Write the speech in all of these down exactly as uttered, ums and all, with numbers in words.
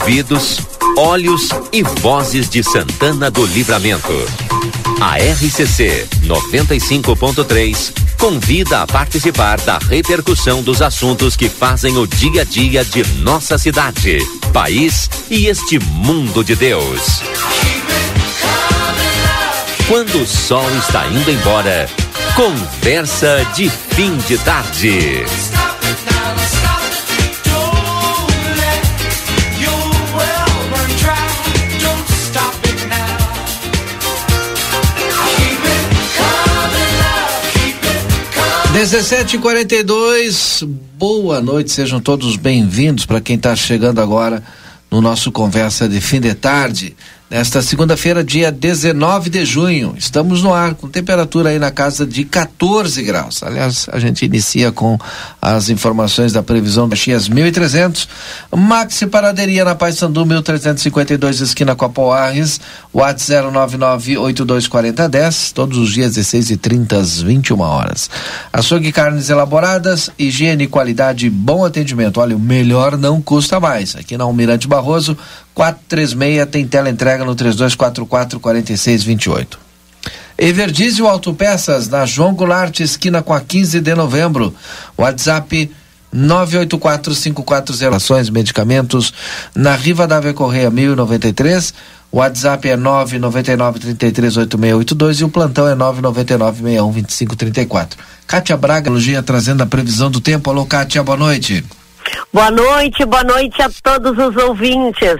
ouvidos, olhos e vozes de Santana do Livramento. A R C C noventa e cinco ponto três convida a participar da repercussão dos assuntos que fazem o dia a dia de nossa cidade, país e este mundo de Deus. Quando o sol está indo embora, conversa de fim de tarde. dezessete e quarenta e dois, boa noite, sejam todos bem-vindos para quem está chegando agora no nosso Conversa de Fim de Tarde. Nesta segunda-feira, dia dezenove de junho, estamos no ar com temperatura aí na casa de quatorze graus. Aliás, a gente inicia com as informações da previsão da Caxias mil e trezentos, Maxi Paraderia na Paissandu mil trezentos e cinquenta e dois, esquina com a Poarres, WhatsApp zero nove nove oito dois quatro zero um zero, todos os dias dezesseis e trinta às vinte e uma horas. Açougue, carnes elaboradas, higiene, qualidade, bom atendimento. Olha, o melhor não custa mais. Aqui na Almirante Barroso, quatrocentos e trinta e seis, tem tela entrega no três dois quatro quatro, quatro seis dois oito. Everdiesel Autopeças na João Goulart, esquina com a quinze de novembro. WhatsApp nove oito quatro cinco quatro zero. Ações, medicamentos na Rivadavia Correia mil e noventa e três. WhatsApp é nove nove nove, três três oito seis oito dois e o plantão é nove nove nove, seis um dois cinco três quatro. Kátia Braga, Logia, trazendo a previsão do tempo. Alô, Kátia, boa noite. Boa noite, boa noite a todos os ouvintes.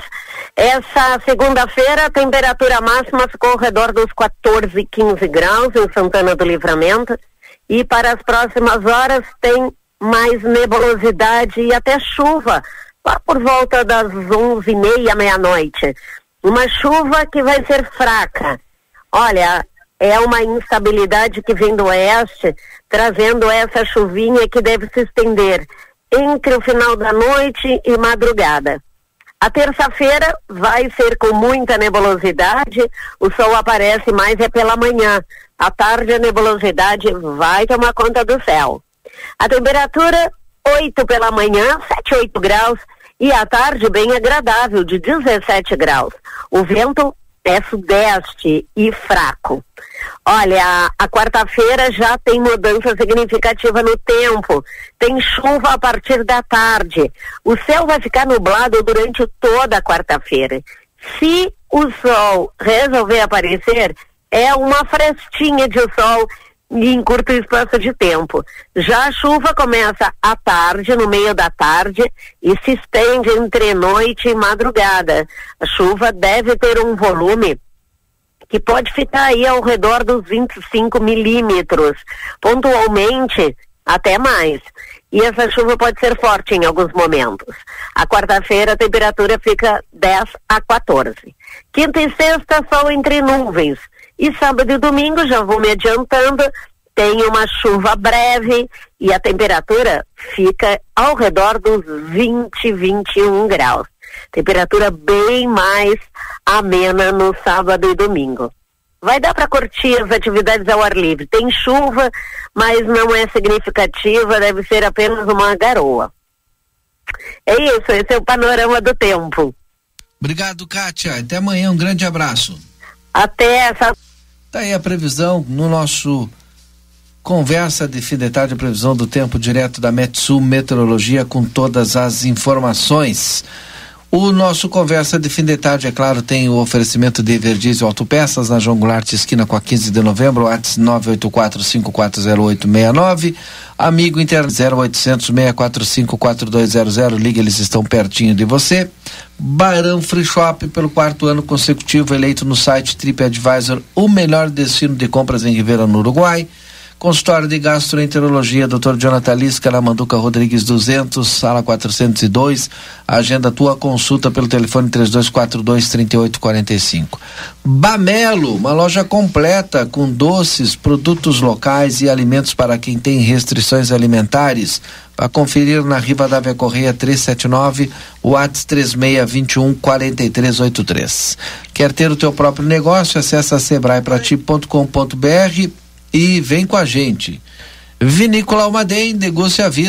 Essa segunda-feira a temperatura máxima ficou ao redor dos quatorze, quinze graus em Santana do Livramento, e para as próximas horas tem mais nebulosidade e até chuva, lá por volta das onze e meia, meia-noite. Uma chuva que vai ser fraca. Olha, é uma instabilidade que vem do oeste, trazendo essa chuvinha que deve se estender entre o final da noite e madrugada. A terça-feira vai ser com muita nebulosidade, o sol aparece mais é pela manhã. À tarde a nebulosidade vai tomar conta do céu. A temperatura oito pela manhã, sete, oito graus, e à tarde bem agradável, de dezessete graus. O vento é sudeste e fraco. Olha, a, a quarta-feira já tem mudança significativa no tempo. Tem chuva a partir da tarde. O céu vai ficar nublado durante toda a quarta-feira. Se o sol resolver aparecer, é uma frestinha de sol em curto espaço de tempo. Já a chuva começa à tarde, no meio da tarde, e se estende entre noite e madrugada. A chuva deve ter um volume que pode ficar aí ao redor dos vinte e cinco milímetros, pontualmente até mais. E essa chuva pode ser forte em alguns momentos. A quarta-feira a temperatura fica dez a quatorze. Quinta e sexta, sol entre nuvens. E sábado e domingo, já vou me adiantando, tem uma chuva breve e a temperatura fica ao redor dos vinte, vinte e um graus. Temperatura bem mais amena no sábado e domingo. Vai dar para curtir as atividades ao ar livre. Tem chuva, mas não é significativa, deve ser apenas uma garoa. É isso, esse é o panorama do tempo. Obrigado, Kátia. Até amanhã, um grande abraço. Até essa... Tá aí a previsão no nosso Conversa de Fim de Tarde, a previsão do tempo direto da Metsul Meteorologia com todas as informações. O nosso Conversa de Fim de Tarde, é claro, tem o oferecimento de Everdiesel Autopeças na João Goulart, esquina com a quinze de novembro, WhatsApp nove oito quatro cinco quatro zero oito seis nove, amigo interno zero oitocentos, seis quatro cinco, quatro dois zero zero, liga, eles estão pertinho de você. Barão Free Shop, pelo quarto ano consecutivo, eleito no site TripAdvisor o melhor destino de compras em Ribeira, no Uruguai. Consultório de Gastroenterologia, doutor Jonathan Lisca, na Manduca Rodrigues duzentos, sala quatrocentos e dois. Agenda tua consulta pelo telefone três dois quatro dois, três oito quatro cinco. Bamelo, uma loja completa com doces, produtos locais e alimentos para quem tem restrições alimentares. Para conferir na Rivadavia Correia trezentos e setenta e nove, WhatsApp três seis dois um, quatro três oito três. Quer ter o teu próprio negócio? Acesse sebrae prati ponto com ponto br e vem com a gente. Vinícola Almaden, negocie a vida.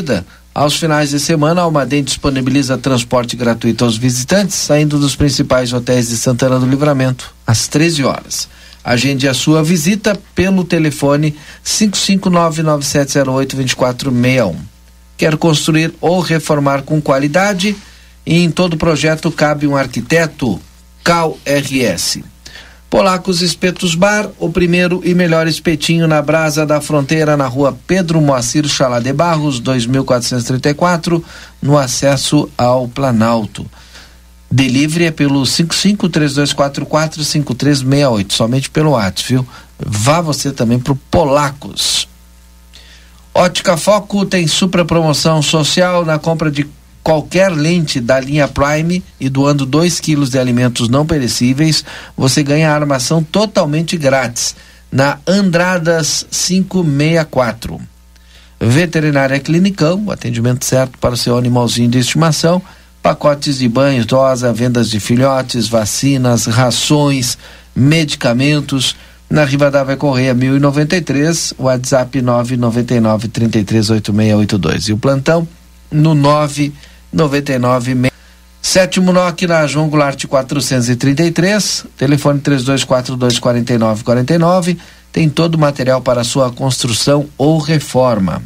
Aos finais de semana, a Almaden disponibiliza transporte gratuito aos visitantes, saindo dos principais hotéis de Santana do Livramento, às treze horas. Agende a sua visita pelo telefone cinco cinco nove, nove sete zero oito, dois quatro seis um. Quer construir ou reformar com qualidade? E em todo projeto cabe um arquiteto. Cal R S. Polacos Espetos Bar, o primeiro e melhor espetinho na Brasa da Fronteira, na rua Pedro Moacir Chalá de Barros, dois mil quatrocentos e trinta e quatro, no acesso ao Planalto. Delivery é pelo cinco cinco três dois quatro quatro cinco três seis oito, somente pelo WhatsApp, viu? Vá você também pro Polacos. Ótica Foco tem super promoção social na compra de qualquer lente da linha Prime e doando dois quilos de alimentos não perecíveis, você ganha a armação totalmente grátis na Andradas quinhentos e sessenta e quatro. Veterinária Clinicão, o atendimento certo para o seu animalzinho de estimação, pacotes de banhos, dosa, vendas de filhotes, vacinas, rações, medicamentos, na Rivadavia Correia mil e noventa e três, WhatsApp nove nove nove, três três oito seis oito dois e o plantão no nove noventa e nove. Sétimo N O C na João Goulart quatrocentos e trinta e três, telefone três dois quatro dois, quatro nove quatro nove, tem todo o material para sua construção ou reforma.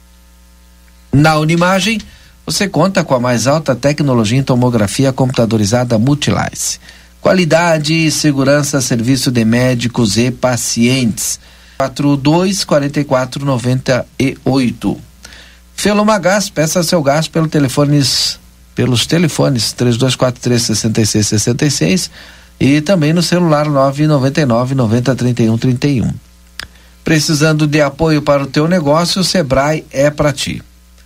Na Unimagem, você conta com a mais alta tecnologia em tomografia computadorizada Multilice. Qualidade e segurança, serviço de médicos e pacientes. quatro dois quatro quatro nove oito. Felomagás, peça seu gás pelo telefones, pelos telefones três dois quatro três, seis seis seis seis e também no celular nove nove nove, nove zero, três um três um. Precisando de apoio para o teu negócio, o Sebrae é para ti.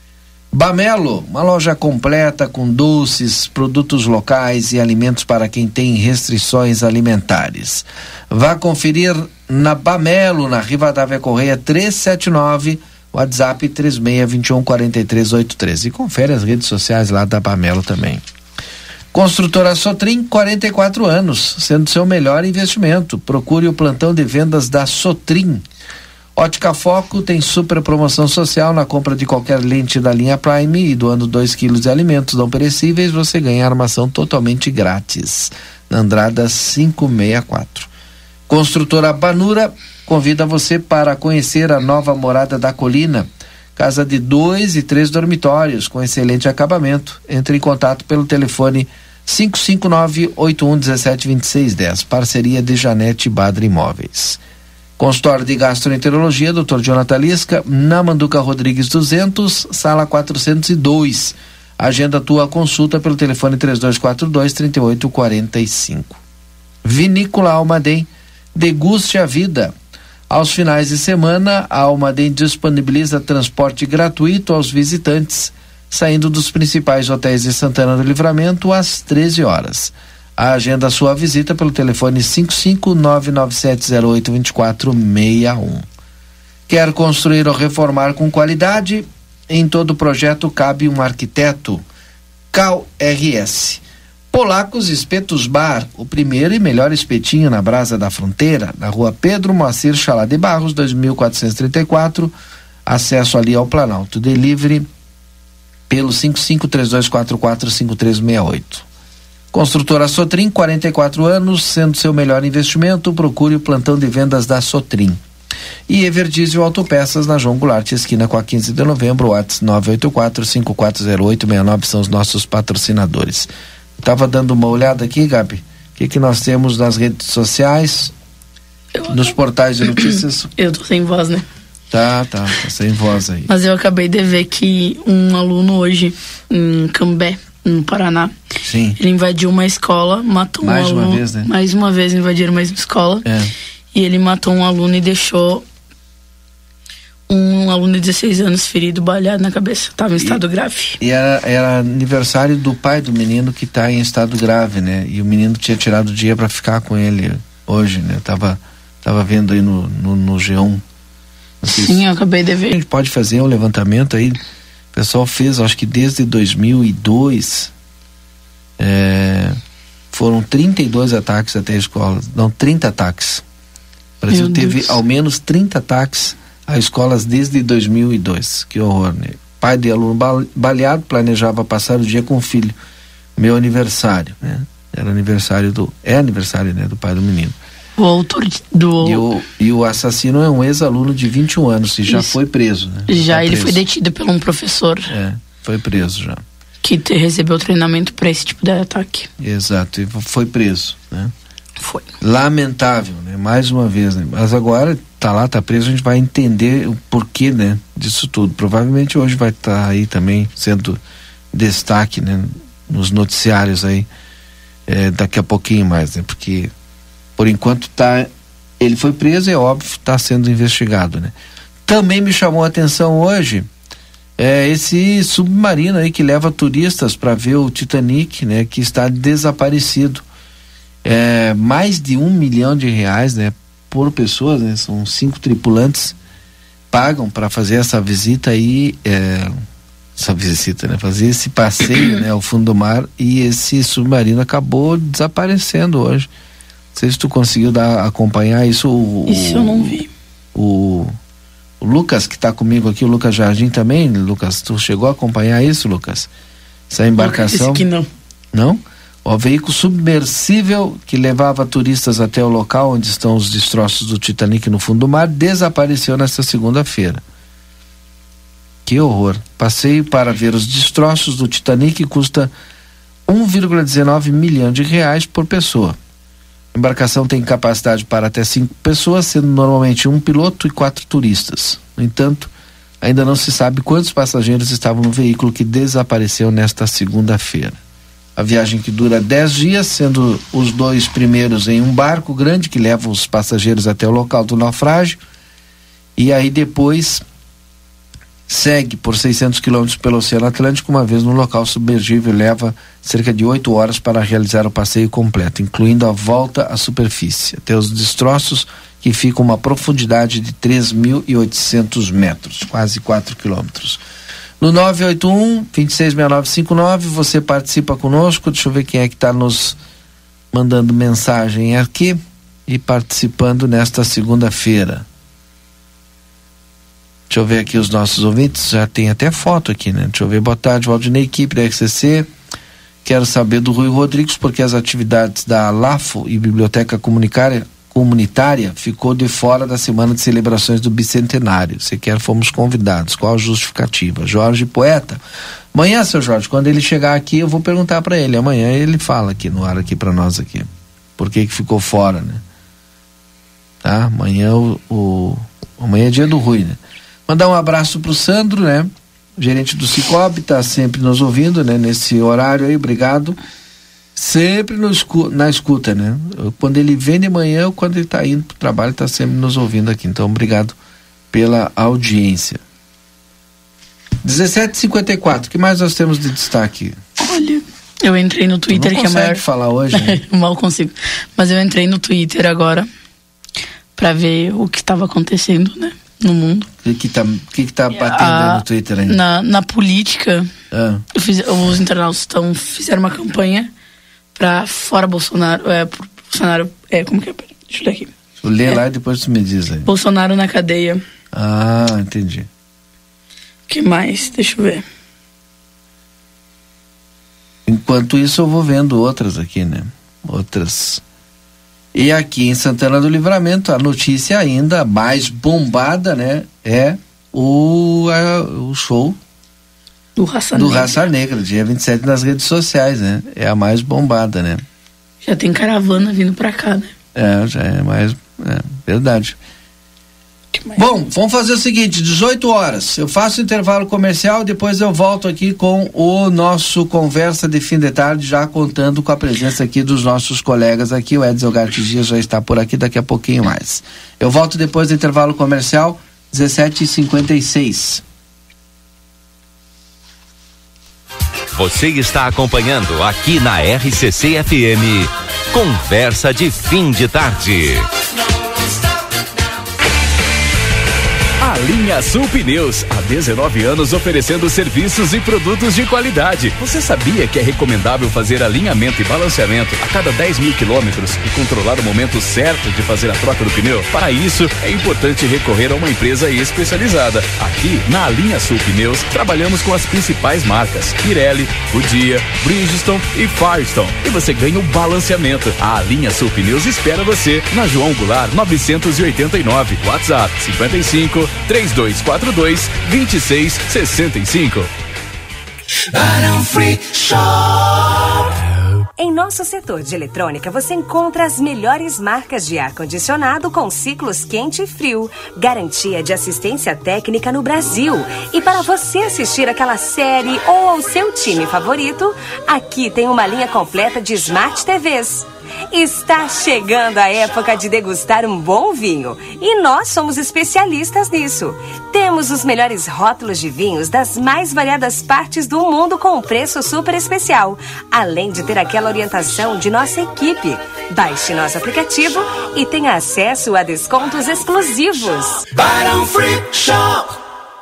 Bamelo, uma loja completa com doces, produtos locais e alimentos para quem tem restrições alimentares. Vá conferir na Bamelo, na Rivadavia Correia trezentos e setenta e nove, WhatsApp três seis dois um quatro três oito três. E confere as redes sociais lá da Bamelo também. Construtora Sotrim, quarenta e quatro anos, sendo seu melhor investimento. Procure o plantão de vendas da Sotrim. Ótica Foco tem super promoção social na compra de qualquer lente da linha Prime e doando dois quilos de alimentos não perecíveis, você ganha armação totalmente grátis. Na Andradas quinhentos e sessenta e quatro. Construtora Banura convida você para conhecer a nova morada da Colina. Casa de dois e três dormitórios com excelente acabamento. Entre em contato pelo telefone cinco cinco nove, oito um um sete, dois seis um zero. Parceria de Janete Badra Imóveis. Consultório de Gastroenterologia, doutor Jonathan Lisca, na Manduca Rodrigues duzentos, sala quatrocentos e dois. Agenda tua consulta pelo telefone três dois quatro dois, três oito quatro cinco. Vinícola Almaden, deguste a vida. Aos finais de semana, a Almaden disponibiliza transporte gratuito aos visitantes, saindo dos principais hotéis de Santana do Livramento às treze horas. Agenda a sua visita pelo telefone cinco cinco nove nove sete zero oito dois quatro seis um. Quer construir ou reformar com qualidade? Em todo projeto cabe um arquiteto. Cal R S. Polacos Espetos Bar, o primeiro e melhor espetinho na Brasa da Fronteira, na rua Pedro Moacir Chalá de Barros, dois mil quatrocentos e trinta e quatro, acesso ali ao Planalto. Delivery pelo cinco cinco três dois quatro quatro cinco três seis oito. Construtora Sotrim, quarenta e quatro anos, sendo seu melhor investimento, procure o plantão de vendas da Sotrim. E Everdiesel Autopeças na João Goulart, esquina com a quinze de novembro, WhatsApp nove oito quatro, cinco quatro zero oito, seis nove são os nossos patrocinadores. Estava dando uma olhada aqui, Gabi, o que que nós temos nas redes sociais, eu, nos portais de notícias? Eu tô sem voz, né? Tá, tá, tá sem voz aí. Mas eu acabei de ver que um aluno hoje em Cambé, no Paraná, sim, ele invadiu uma escola, matou mais um aluno. uma vez, né? Mais uma vez invadiram mais uma escola. É. E ele matou um aluno e deixou um aluno de dezesseis anos ferido, baleado na cabeça. Estava em estado e, grave. E era, era aniversário do pai do menino que está em estado grave, né? E o menino tinha tirado o dia para ficar com ele hoje, né? Eu tava, tava vendo aí no, no, no G um. Sim, eu acabei de ver. A gente pode fazer um levantamento aí. O pessoal fez, acho que desde dois mil e dois, é, foram trinta e dois ataques até a escola. Não, trinta ataques. O Brasil Meu teve Deus. ao menos trinta ataques a escolas desde dois mil e dois. Que horror, né? pai de aluno baleado, planejava passar o dia com o filho. Meu aniversário, né? Era aniversário do... É aniversário, né? Do pai do menino. O autor do... E o, e o assassino é um ex-aluno de vinte e um anos e já Isso. foi preso, né? Já, tá ele preso. foi detido por um professor. É, foi preso já. Que te, recebeu treinamento para esse tipo de ataque. Exato, e foi preso, né? Foi. Lamentável, né? Mais uma vez, né? Mas agora tá lá, tá preso, a gente vai entender o porquê, né? Disso tudo. Provavelmente hoje vai estar tá aí também sendo destaque, né? Nos noticiários aí, é, daqui a pouquinho mais, né? Porque por enquanto tá, ele foi preso, é óbvio, está sendo investigado, né? Também me chamou a atenção hoje é, esse submarino aí que leva turistas para ver o Titanic, né? Que está desaparecido. É, mais de um milhão de reais, né? Por pessoa, né? São cinco tripulantes pagam para fazer essa visita aí, é, essa visita, né? Fazer esse passeio, né? Ao fundo do mar, e esse submarino acabou desaparecendo hoje. Não sei se tu conseguiu dar, acompanhar isso. O, isso eu não vi. O, o Lucas, que está comigo aqui, o Lucas Jardim também. Lucas, tu chegou a acompanhar isso, Lucas? Essa embarcação? Disse que não. Não? O veículo submersível que levava turistas até o local onde estão os destroços do Titanic no fundo do mar desapareceu nesta segunda-feira. Que horror. Passeio para ver os destroços do Titanic custa um vírgula dezenove milhão de reais por pessoa. A embarcação tem capacidade para até cinco pessoas, sendo normalmente um piloto e quatro turistas. No entanto, ainda não se sabe quantos passageiros estavam no veículo que desapareceu nesta segunda-feira. A viagem que dura dez dias, sendo os dois primeiros em um barco grande que leva os passageiros até o local do naufrágio, e aí depois segue por seiscentos quilômetros pelo Oceano Atlântico. Uma vez no local submergível, leva cerca de oito horas para realizar o passeio completo, incluindo a volta à superfície, até os destroços, que ficam uma profundidade de três mil e oitocentos metros, quase quatro quilômetros. No nove oito um, dois seis seis nove cinco nove, você participa conosco. Deixa eu ver quem é que está nos mandando mensagem aqui e participando nesta segunda-feira. Deixa eu ver aqui os nossos ouvintes, já tem até foto aqui, né? Deixa eu ver, boa tarde, Valdinei, equipe da R C C. Quero saber do Rui Rodrigues porque as atividades da LAFO e Biblioteca Comunitária, comunitária ficou de fora da semana de celebrações do bicentenário. Sequer fomos convidados. Qual a justificativa? Jorge Poeta. Amanhã, seu Jorge, quando ele chegar aqui, eu vou perguntar para ele. Amanhã ele fala aqui no ar aqui para nós aqui. Por que que ficou fora, né? Tá? Amanhã o, o amanhã é dia do Rui, né? Mandar um abraço pro Sandro, né? Gerente do Cicobi, tá sempre nos ouvindo, né? Nesse horário aí, obrigado. Sempre no escu- na escuta, né? Quando ele vem de manhã ou quando ele tá indo pro trabalho, tá sempre nos ouvindo aqui. Então, obrigado pela audiência. dezessete e cinquenta e quatro, o que mais nós temos de destaque? Olha, eu entrei no Twitter, que é maior... falar hoje, né? Mal consigo. Mas eu entrei no Twitter agora pra ver o que estava acontecendo, né? No mundo. O que que tá, que que tá batendo a, aí no Twitter ainda? Na, na política, ah. eu fiz, os internautas tão, fizeram uma campanha pra fora Bolsonaro, é, pro Bolsonaro, é, como que é? Deixa eu ler aqui. Eu lê é, lá e depois tu me diz aí. Bolsonaro na cadeia. Ah, entendi. Que mais? Deixa eu ver. Enquanto isso eu vou vendo outras aqui, né? Outras. E aqui em Santana do Livramento, a notícia ainda mais bombada, né? É o, a, o show do Raça do Negra. Raça Negra, dia vinte e sete nas redes sociais, né? É a mais bombada, né? Já tem caravana vindo pra cá, né? É, já é mais, é, verdade. Bom, vamos fazer o seguinte, dezoito horas, eu faço intervalo comercial, depois eu volto aqui com o nosso Conversa de Fim de Tarde, já contando com a presença aqui dos nossos colegas aqui, o Edson Gartes Dias já está por aqui, daqui a pouquinho mais. Eu volto depois do intervalo comercial, dezessete e cinquenta e seis. Você está acompanhando aqui na R C C F M, Conversa de Fim de Tarde. A linha Sul Pneus, há dezenove anos oferecendo serviços e produtos de qualidade. Você sabia que é recomendável fazer alinhamento e balanceamento a cada dez mil quilômetros e controlar o momento certo de fazer a troca do pneu? Para isso, é importante recorrer a uma empresa especializada. Aqui, na linha Sul Pneus, trabalhamos com as principais marcas Pirelli, Goodyear, Bridgestone e Firestone. E você ganha o balanceamento. A linha Sul Pneus espera você na João Goulart novecentos e oitenta e nove. WhatsApp cinquenta e cinco, três dois quatro dois, vinte e seis sessenta e cinco. Barão Free Shop. Em nosso setor de eletrônica, você encontra as melhores marcas de ar-condicionado com ciclos quente e frio, garantia de assistência técnica no Brasil. E para você assistir aquela série ou ao seu time favorito, aqui tem uma linha completa de Smart T Vs. Está chegando a época de degustar um bom vinho e nós somos especialistas nisso. Temos os melhores rótulos de vinhos das mais variadas partes do mundo com um preço super especial, além de ter aquela orientação de nossa equipe. Baixe nosso aplicativo e tenha acesso a descontos exclusivos. Barão Free Shop.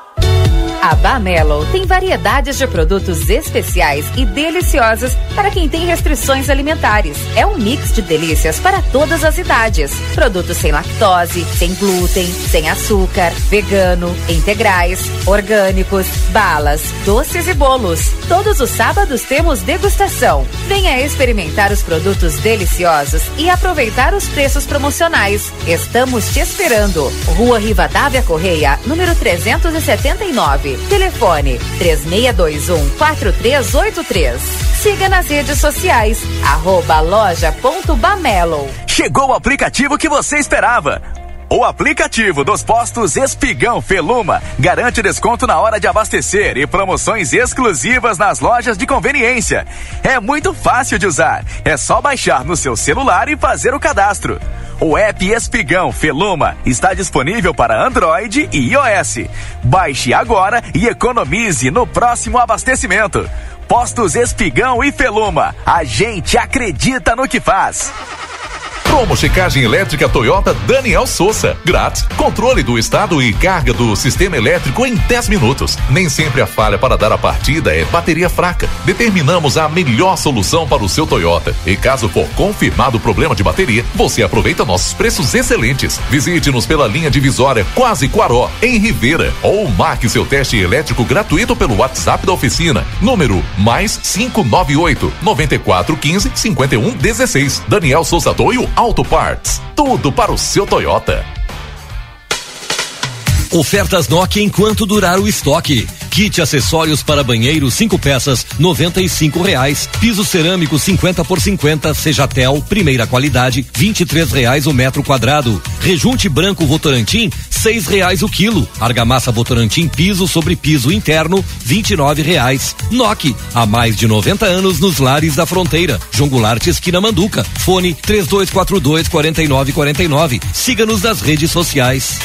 A Bamelo tem variedades de produtos especiais e deliciosos para quem tem restrições alimentares. É um mix de delícias para todas as idades. Produtos sem lactose, sem glúten, sem açúcar, vegano, integrais, orgânicos, balas, doces e bolos. Todos os sábados temos degustação. Venha experimentar os produtos deliciosos e aproveitar os preços promocionais. Estamos te esperando. Rua Rivadavia Correia, número trezentos e setenta e nove. Telefone três seis dois um, quatro três oito três. Siga nas redes sociais, arroba loja ponto bamelo. Chegou o aplicativo que você esperava. O aplicativo dos postos Espigão Feluma garante desconto na hora de abastecer e promoções exclusivas nas lojas de conveniência. É muito fácil de usar. É só baixar no seu celular e fazer o cadastro. O app Espigão Feluma está disponível para Android e iOS. Baixe agora e economize no próximo abastecimento. Postos Espigão e Feluma. A gente acredita no que faz. Promo checagem elétrica Toyota Daniel Souza. Grátis. Controle do estado e carga do sistema elétrico em dez minutos. Nem sempre a falha para dar a partida é bateria fraca. Determinamos a melhor solução para o seu Toyota. E caso for confirmado o problema de bateria, você aproveita nossos preços excelentes. Visite-nos pela linha divisória Quase Quaró, em Rivera. Ou marque seu teste elétrico gratuito pelo WhatsApp da oficina. Número mais cinco nove oito, nove quatro um cinco, cinco um um seis. Daniel Souza Toyo Auto Parts, tudo para o seu Toyota. Ofertas Nokia enquanto durar o estoque. Kit acessórios para banheiro cinco peças, noventa e cinco reais. Piso cerâmico cinquenta por cinquenta, Sejatel, primeira qualidade, vinte e três reais o metro quadrado. Rejunte branco Votorantim, seis reais o quilo. Argamassa Votorantim piso sobre piso interno, vinte e nove reais. Nokia, há mais de noventa anos nos lares da fronteira. João Goulart, esquina Manduca. Fone três dois quatro dois, quatro nove quatro nove. Siga-nos nas redes sociais.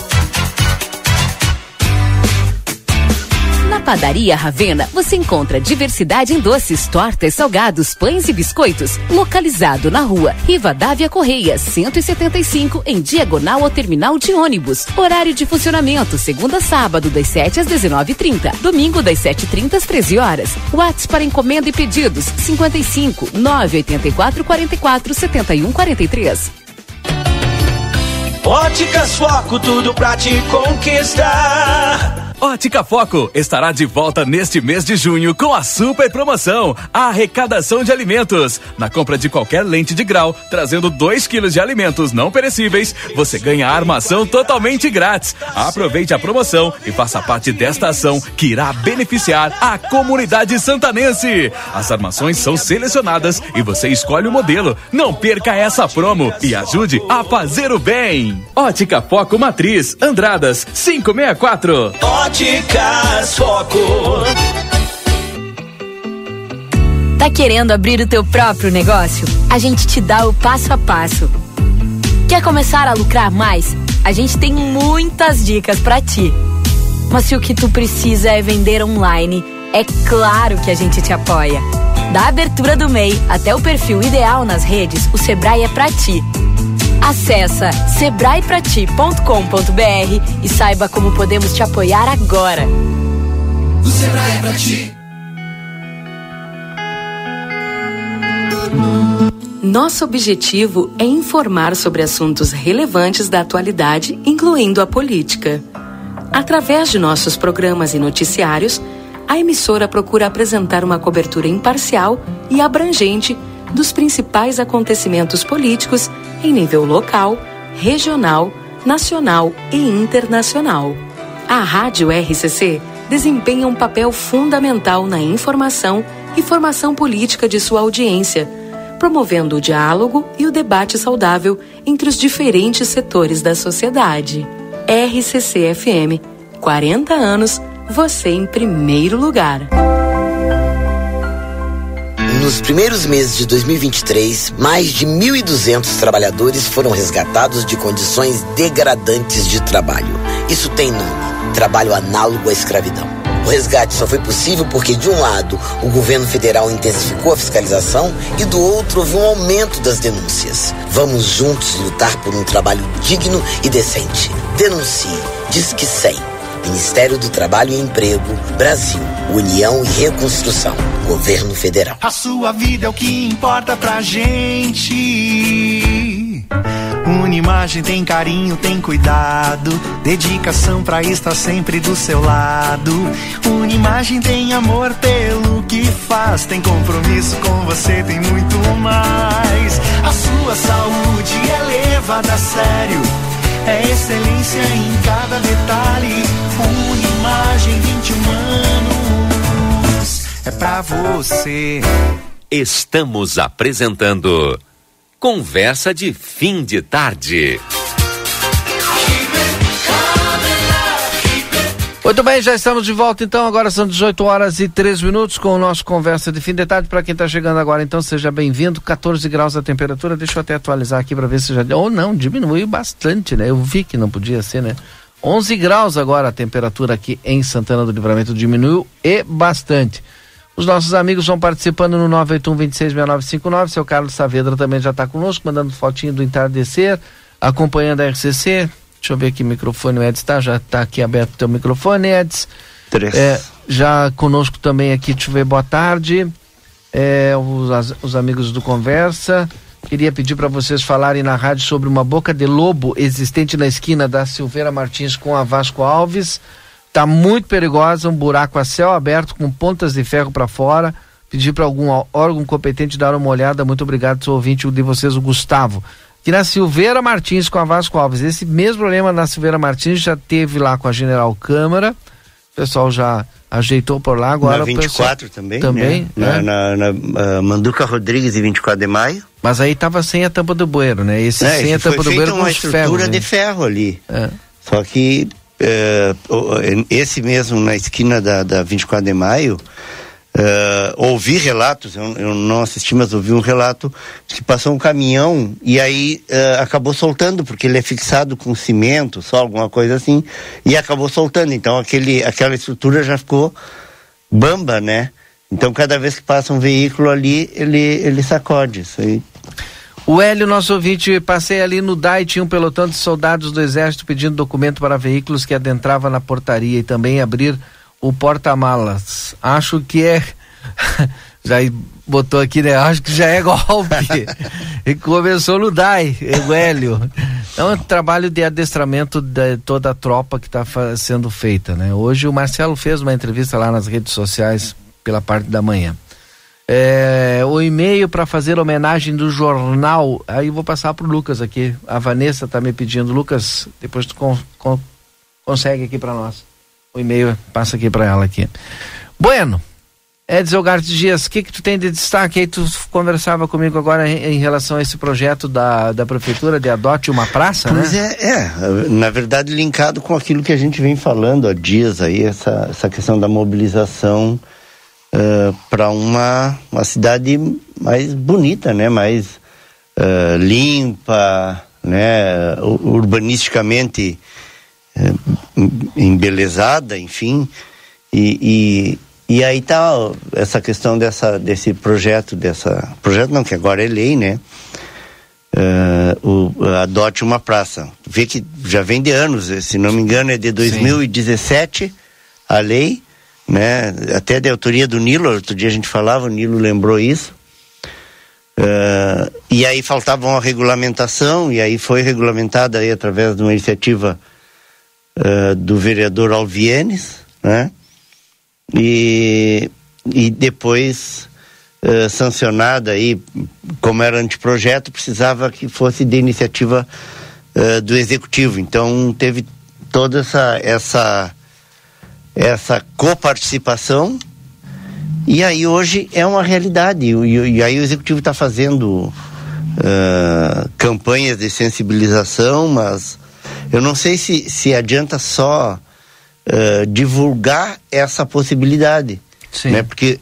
Na Padaria Ravena, você encontra diversidade em doces, tortas, salgados, pães e biscoitos. Localizado na rua Rivadavia Correia, cento e setenta e cinco, em diagonal ao terminal de ônibus. Horário de funcionamento, segunda a sábado, das sete às dezenove e trinta. Domingo, das sete e trinta às treze horas. WhatsApp para encomenda e pedidos, cinquenta e cinco, nove oito quatro, quatro quatro, sete um quatro três. Óticas Foco, tudo pra te conquistar. Ótica Foco estará de volta neste mês de junho com a super promoção, a arrecadação de alimentos. Na compra de qualquer lente de grau, trazendo dois quilos de alimentos não perecíveis, você ganha a armação totalmente grátis. Aproveite a promoção e faça parte desta ação que irá beneficiar a comunidade santanense. As armações são selecionadas e você escolhe o modelo. Não perca essa promo e ajude a fazer o bem. Ótica Foco Matriz, Andradas, quinhentos e sessenta e quatro. Óticas Foco. Tá querendo abrir o teu próprio negócio? A gente te dá o passo a passo. Quer começar a lucrar mais? A gente tem muitas dicas pra ti. Mas se o que tu precisa é vender online, é claro que a gente te apoia. Da abertura do M E I até o perfil ideal nas redes, o Sebrae é pra ti. Acesse sebrae pra ti ponto com ponto br e saiba como podemos te apoiar agora. O Sebrae é pra ti. Nosso objetivo é informar sobre assuntos relevantes da atualidade, incluindo a política. Através de nossos programas e noticiários, a emissora procura apresentar uma cobertura imparcial e abrangente dos principais acontecimentos políticos em nível local, regional, nacional e internacional. A Rádio R C C desempenha um papel fundamental na informação e formação política de sua audiência, promovendo o diálogo e o debate saudável entre os diferentes setores da sociedade. R C C F M, quarenta anos, você em primeiro lugar. Nos primeiros meses de dois mil e vinte e três, mais de mil e duzentos trabalhadores foram resgatados de condições degradantes de trabalho. Isso tem nome: trabalho análogo à escravidão. O resgate só foi possível porque, de um lado, o governo federal intensificou a fiscalização e, do outro, houve um aumento das denúncias. Vamos juntos lutar por um trabalho digno e decente. Denuncie. Disque cem. Ministério do Trabalho e Emprego, Brasil, União e Reconstrução, Governo Federal. A sua vida é o que importa pra gente. Unimagem tem carinho, tem cuidado, dedicação pra estar sempre do seu lado. Unimagem tem amor pelo que faz, tem compromisso com você, tem muito mais. A sua saúde é levada a sério, é excelência em cada detalhe. Unimagem, vinte e um anos, é pra você. Estamos apresentando Conversa de Fim de Tarde. Muito bem, já estamos de volta então, agora são dezoito horas e três minutos com o nosso Conversa de Fim de Tarde. Para quem está chegando agora, então seja bem-vindo. catorze graus a temperatura, deixa eu até atualizar aqui para ver se já... Ou não, diminuiu bastante, né? Eu vi que não podia ser, né? onze graus agora a temperatura aqui em Santana do Livramento, diminuiu e bastante. Os nossos amigos vão participando no nove oito um, dois seis, seis nove cinco nove. Seu Carlos Saavedra também já está conosco, mandando fotinho do entardecer, acompanhando a R C C. Deixa eu ver aqui o microfone, o Edson tá, já está aqui aberto o teu microfone, Edson. Três. É, já conosco também aqui, deixa eu ver, boa tarde. É, os, os amigos do Conversa. Queria pedir para vocês falarem na rádio sobre uma boca de lobo existente na esquina da Silveira Martins com a Vasco Alves. Tá muito perigosa, um buraco a céu aberto com pontas de ferro para fora. Pedir para algum órgão competente dar uma olhada. Muito obrigado, sou ouvinte de vocês, o Gustavo. Que na Silveira Martins com a Vasco Alves. Esse mesmo problema na Silveira Martins já teve lá com a General Câmara. O pessoal já ajeitou por lá. Agora na vinte e quatro pessoal... também, também né? né? Na, na, na uh, Manduca Rodrigues e vinte e quatro de maio. Mas aí tava sem a tampa do bueiro, né? Esse é, sem a tampa do bueiro com uma os estrutura ferros, de né? ferro ali. É. Só que uh, esse mesmo na esquina da, da vinte e quatro de maio, uh, ouvi relatos, eu, eu não assisti, mas ouvi um relato de que passou um caminhão e aí uh, acabou soltando, porque ele é fixado com cimento, só alguma coisa assim, e acabou soltando. Então aquele, aquela estrutura já ficou bamba, né? Então cada vez que passa um veículo ali, ele, ele sacode isso aí. O Hélio, nosso ouvinte, passei ali no D A I, tinha um pelotão de soldados do Exército pedindo documento para veículos que adentrava na portaria e também abrir o porta-malas. Acho que é... já botou aqui, né? Acho que já é golpe. E começou no D A I, o Hélio. É um trabalho de adestramento de toda a tropa que está sendo feita, né? Hoje o Marcelo fez uma entrevista lá nas redes sociais pela parte da manhã. É, o e-mail para fazer homenagem do jornal, aí vou passar pro Lucas aqui. A Vanessa tá me pedindo. Lucas, depois tu con, con, consegue aqui para nós. O e-mail passa aqui para ela aqui. Bueno, Edson Ugarte Dias, o que que tu tem de destaque aí? Tu conversava comigo agora em, em relação a esse projeto da, da prefeitura de Adote uma Praça, pois né? É, é, na verdade linkado com aquilo que a gente vem falando há dias aí, essa, essa questão da mobilização Uh, para uma, uma cidade mais bonita, né? Mais uh, limpa, né? Urbanisticamente uh, embelezada, enfim. E, e, e aí tá essa questão dessa, desse projeto, dessa projeto não, que agora é lei, né? uh, o, adote uma praça. Vê que já vem de anos, se não me engano é de dois mil e dezessete, sim, a lei, né? Até de autoria do Nilo, outro dia a gente falava, o Nilo lembrou isso. Uh, e aí faltava uma regulamentação, e aí foi regulamentada aí através de uma iniciativa uh, do vereador Alvienes, né? E, e depois uh, sancionada aí, como era anteprojeto, precisava que fosse de iniciativa uh, do executivo. Então teve toda essa essa essa coparticipação. E aí hoje é uma realidade, e, e aí o executivo está fazendo uh, campanhas de sensibilização, mas eu não sei se, se adianta só uh, divulgar essa possibilidade, né? Porque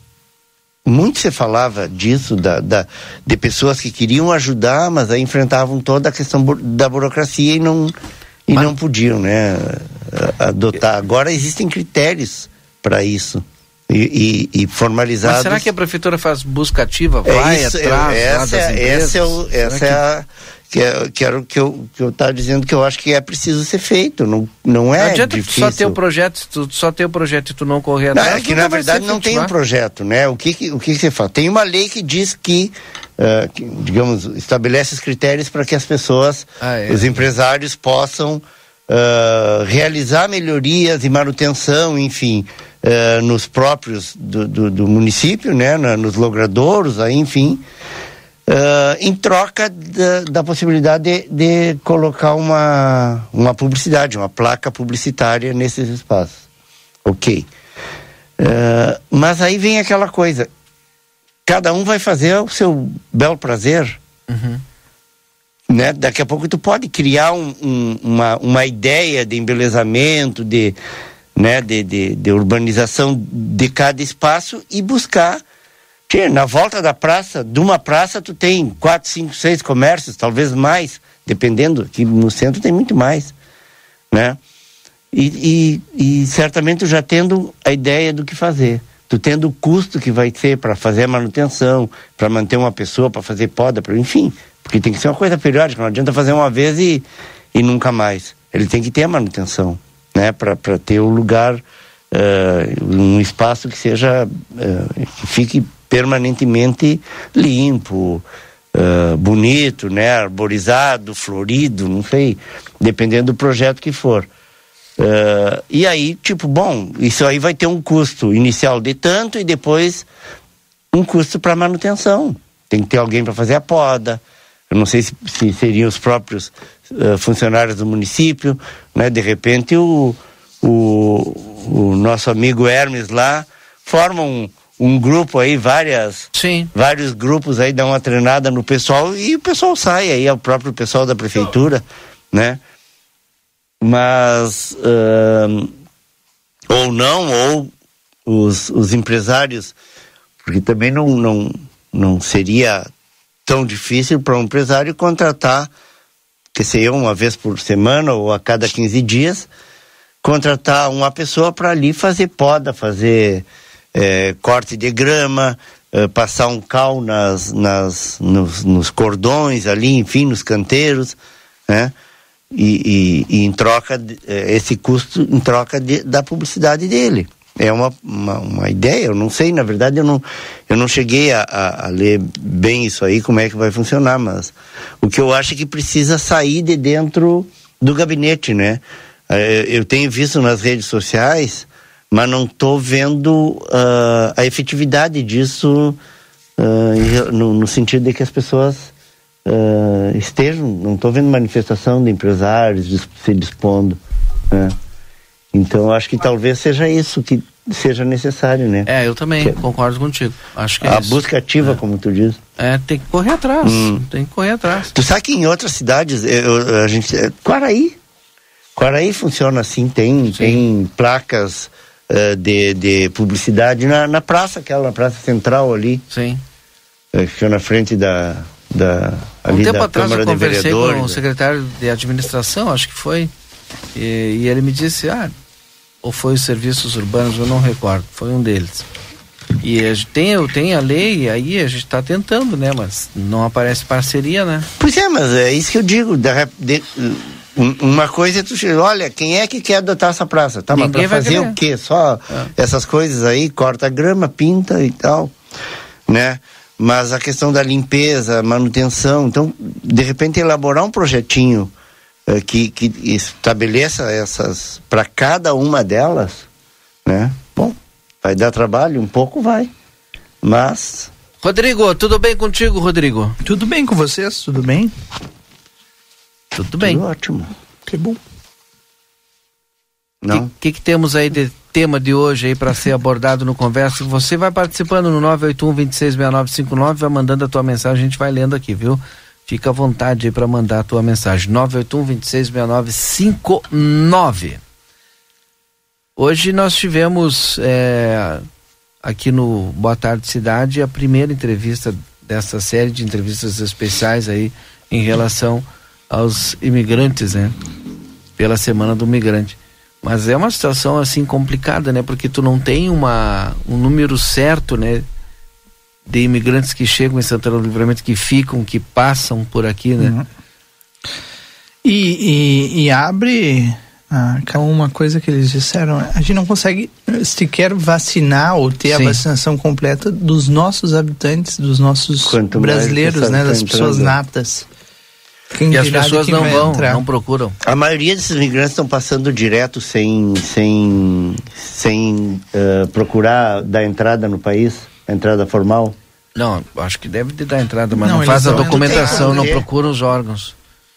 muito se falava disso, da, da, de pessoas que queriam ajudar, mas aí enfrentavam toda a questão da burocracia e não, e mas... não podiam, né, adotar. Agora existem critérios para isso. E, e, e formalizados. Mas será que a prefeitura faz busca ativa, vai é isso, atrás é, lá essa, das empresas? Essa é, o, essa é a que, é, que era o que eu que eu estava dizendo, que eu acho que é preciso ser feito, não, não é não adianta difícil. Só ter o projeto, tu só ter o projeto e tu não correr atrás. Não, é que na verdade não tem um projeto, né? O que que, o que que você faz? Tem uma lei que diz que, uh, que digamos, estabelece os critérios para que as pessoas, ah, é. os empresários possam uh, realizar melhorias e manutenção, enfim, Uh, nos próprios do, do, do município, né, na, nos logradouros, aí, enfim, uh, em troca da, da possibilidade de, de colocar uma, uma publicidade, uma placa publicitária nesses espaços. Ok. Uh, mas aí vem aquela coisa, cada um vai fazer o seu bel prazer, uhum, né? Daqui a pouco tu pode criar um, um, uma, uma ideia de embelezamento, de né, de, de, de urbanização de cada espaço e buscar. Tchê, na volta da praça, de uma praça tu tem quatro, cinco, seis comércios, talvez mais, dependendo, aqui no centro tem muito mais, né? E, e, e certamente tu já tendo a ideia do que fazer, tu tendo o custo que vai ser para fazer a manutenção, para manter uma pessoa, para fazer poda, pra, enfim, porque tem que ser uma coisa periódica, não adianta fazer uma vez e, e nunca mais. Ele tem que ter a manutenção, né, para ter um lugar, uh, um espaço que seja, uh, que fique permanentemente limpo, uh, bonito, né, arborizado, florido, não sei, dependendo do projeto que for. Uh, e aí, tipo, bom, isso aí vai ter um custo inicial de tanto e depois um custo para manutenção. Tem que ter alguém para fazer a poda. Eu não sei se, se seriam os próprios uh, funcionários do município, né? De repente o, o, o nosso amigo Hermes lá forma um, um grupo aí, várias, Sim. vários grupos aí, dá uma treinada no pessoal e o pessoal sai aí, é o próprio pessoal da prefeitura, né? Mas uh, ou não, ou os, os empresários, porque também não, não, não seria tão difícil para um empresário contratar, que seja uma vez por semana ou a cada quinze dias, contratar uma pessoa para ali fazer poda, fazer é, corte de grama, é, passar um cal nas, nas, nos, nos cordões ali, enfim, nos canteiros, né? E, e, e em troca, esse custo em troca de, da publicidade dele. É uma, uma, uma ideia, eu não sei, na verdade eu não, eu não cheguei a, a, a ler bem isso aí, como é que vai funcionar, mas o que eu acho é que precisa sair de dentro do gabinete, né? Eu tenho visto nas redes sociais, mas não estou vendo uh, a efetividade disso uh, no, no sentido de que as pessoas uh, estejam, não estou vendo manifestação de empresários se dispondo, né? Então, eu acho que talvez seja isso que seja necessário, né? É, eu também que, concordo contigo. Acho que é a isso. busca ativa, é. Como tu diz. É, tem que correr atrás. Hum. Tem que correr atrás. Tu sabe que em outras cidades, eu, a gente... Quaraí. Quaraí funciona assim, tem, tem placas uh, de, de publicidade na, na praça, aquela na praça central ali. Sim. Uh, que fica na frente da... da ali um tempo da atrás Câmara eu conversei de com o secretário de administração, acho que foi, e, e ele me disse, ah, ou foi os serviços urbanos, eu não recordo, foi um deles. E a gente tem, tem a lei, aí a gente está tentando, né? Mas não aparece parceria, né? Pois é, mas é isso que eu digo. De, de, uma coisa é tu chega, olha, quem é que quer adotar essa praça? Tá, mas pra fazer o quê? Só é. essas coisas aí, corta grama, pinta e tal, né? Mas a questão da limpeza, manutenção, então, de repente elaborar um projetinho uh, que, que estabeleça essas, para cada uma delas, né? Bom, vai dar trabalho, um pouco vai, mas... Rodrigo, tudo bem contigo, Rodrigo? Tudo bem com vocês, tudo bem? Tudo bem. Tudo ótimo. Que bom. Não. O que, que, que temos aí de tema de hoje aí para ser abordado no Conversa? Você vai participando no nove oito um, dois seis seis nove cinco nove, vai mandando a tua mensagem, a gente vai lendo aqui, viu? Fica à vontade aí para mandar a tua mensagem. nove oito um, dois seis seis nove cinco nove. Hoje nós tivemos é, aqui no Boa Tarde Cidade a primeira entrevista dessa série de entrevistas especiais aí em relação aos imigrantes, né? Pela Semana do Migrante. Mas é uma situação assim complicada, né? Porque tu não tem uma, um número certo, né? De imigrantes que chegam em Santana do Livramento, que ficam, que passam por aqui, né? Uhum. E, e, e abre ah, uma coisa que eles disseram, a gente não consegue sequer vacinar ou ter Sim. a vacinação completa dos nossos habitantes, dos nossos Quanto brasileiros, né? Das pessoas natas. Quem e as pessoas não vão, entrar. não procuram. A maioria desses migrantes estão passando direto sem, sem, sem uh, procurar dar entrada no país, a entrada formal. Não, acho que deve de dar entrada, mas não, não faz a documentação, não procura os órgãos.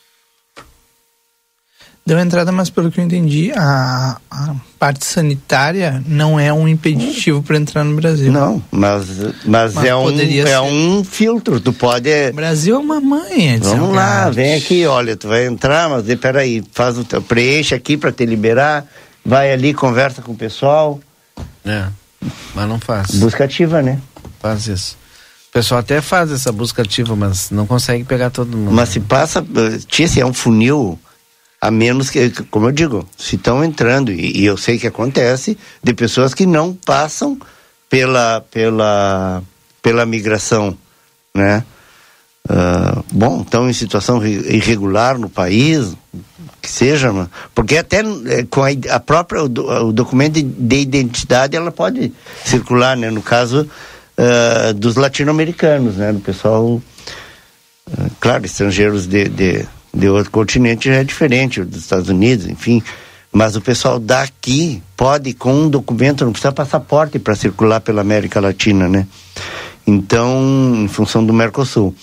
Deu entrada, mas pelo que eu entendi, a, a parte sanitária não é um impeditivo para entrar no Brasil. Não, mas, mas, mas é, um, é um filtro, tu pode... O Brasil é uma mãe. Vamos lá, vem aqui, olha, tu vai entrar, mas peraí, faz o teu, preenche aqui para te liberar, vai ali, conversa com o pessoal. É, mas não faz. Busca ativa, né? Faz isso. O pessoal até faz essa busca ativa, mas não consegue pegar todo mundo. Mas se passa, tia, se é um funil... A menos que, como eu digo, se estão entrando, e, e eu sei que acontece, de pessoas que não passam pela, pela, pela migração, né? Uh, bom, estão em situação irregular no país, que seja, porque até é, com a, a própria, o, o documento de, de identidade, ela pode circular, né? No caso uh, dos latino-americanos, né? Do pessoal, uh, claro, estrangeiros de... de de outro continente já é diferente, dos Estados Unidos, enfim, mas o pessoal daqui pode, com um documento, não precisa passaporte para circular pela América Latina, né? Então, em função do Mercosul,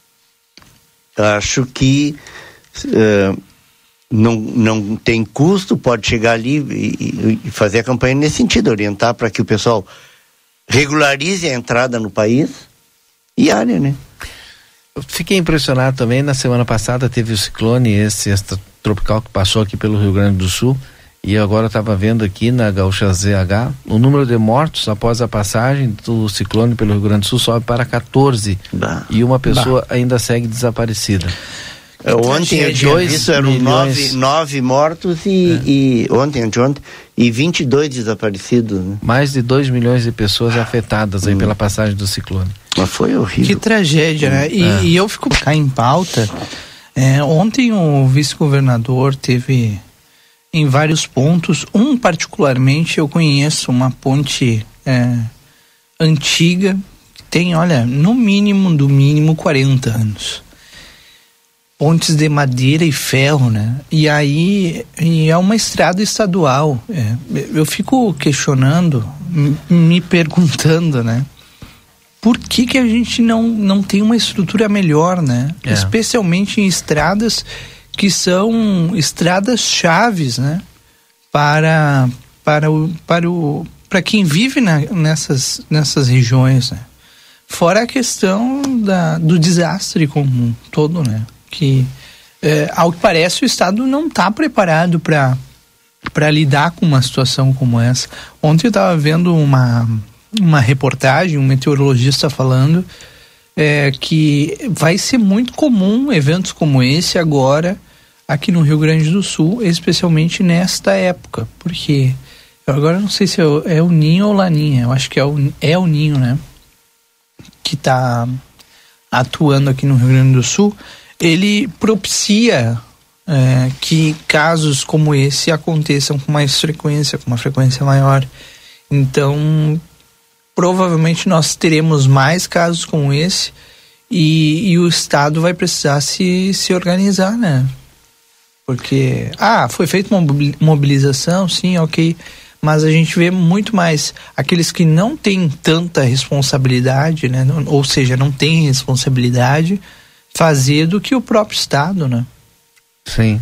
acho que uh, não, não tem custo, pode chegar ali e, e fazer a campanha nesse sentido, orientar para que o pessoal regularize a entrada no país e área, né? Eu fiquei impressionado também, na semana passada teve o ciclone esse extratropical que passou aqui pelo Rio Grande do Sul, e agora estava vendo aqui na Gaúcha Z H, o número de mortos após a passagem do ciclone pelo Rio Grande do Sul sobe para quatorze, bah. E uma pessoa bah. ainda segue desaparecida. É, ontem eu tinha visto, eram nove, nove mortos e, é. e ontem, anteontem, e vinte e dois desaparecidos. Né? Mais de dois milhões de pessoas afetadas aí hum. pela passagem do ciclone. Mas foi horrível. Que tragédia, né? E, é. e eu fico cá em pauta. É, ontem o vice-governador teve em vários pontos, um particularmente eu conheço, uma ponte é, antiga, que tem, olha, no mínimo, do mínimo quarenta anos. Pontes de madeira e ferro, né? E aí, e é uma estrada estadual. É, eu fico questionando, me perguntando, né? Por que que a gente não, não tem uma estrutura melhor, né? É. Especialmente em estradas que são estradas chaves, né? Para, para, o, para, o, para quem vive na, nessas, nessas regiões, né? Fora a questão da, do desastre comum todo, né? Que, é, ao que parece, o Estado não está preparado para para lidar com uma situação como essa. Ontem eu estava vendo uma, uma reportagem, um meteorologista falando é, que vai ser muito comum eventos como esse agora aqui no Rio Grande do Sul, especialmente nesta época, porque Eu agora não sei se é o, é o Ninho ou Laninha, eu acho que é o, é o Ninho, né? Que está atuando aqui no Rio Grande do Sul. Ele propicia é, que casos como esse aconteçam com mais frequência, com uma frequência maior. Então, provavelmente nós teremos mais casos como esse e, e o Estado vai precisar se, se organizar, né? Porque, ah, foi feita uma mobilização, sim, ok, mas a gente vê muito mais aqueles que não têm tanta responsabilidade, né? Ou seja, não têm responsabilidade fazer do que o próprio Estado, né? Sim.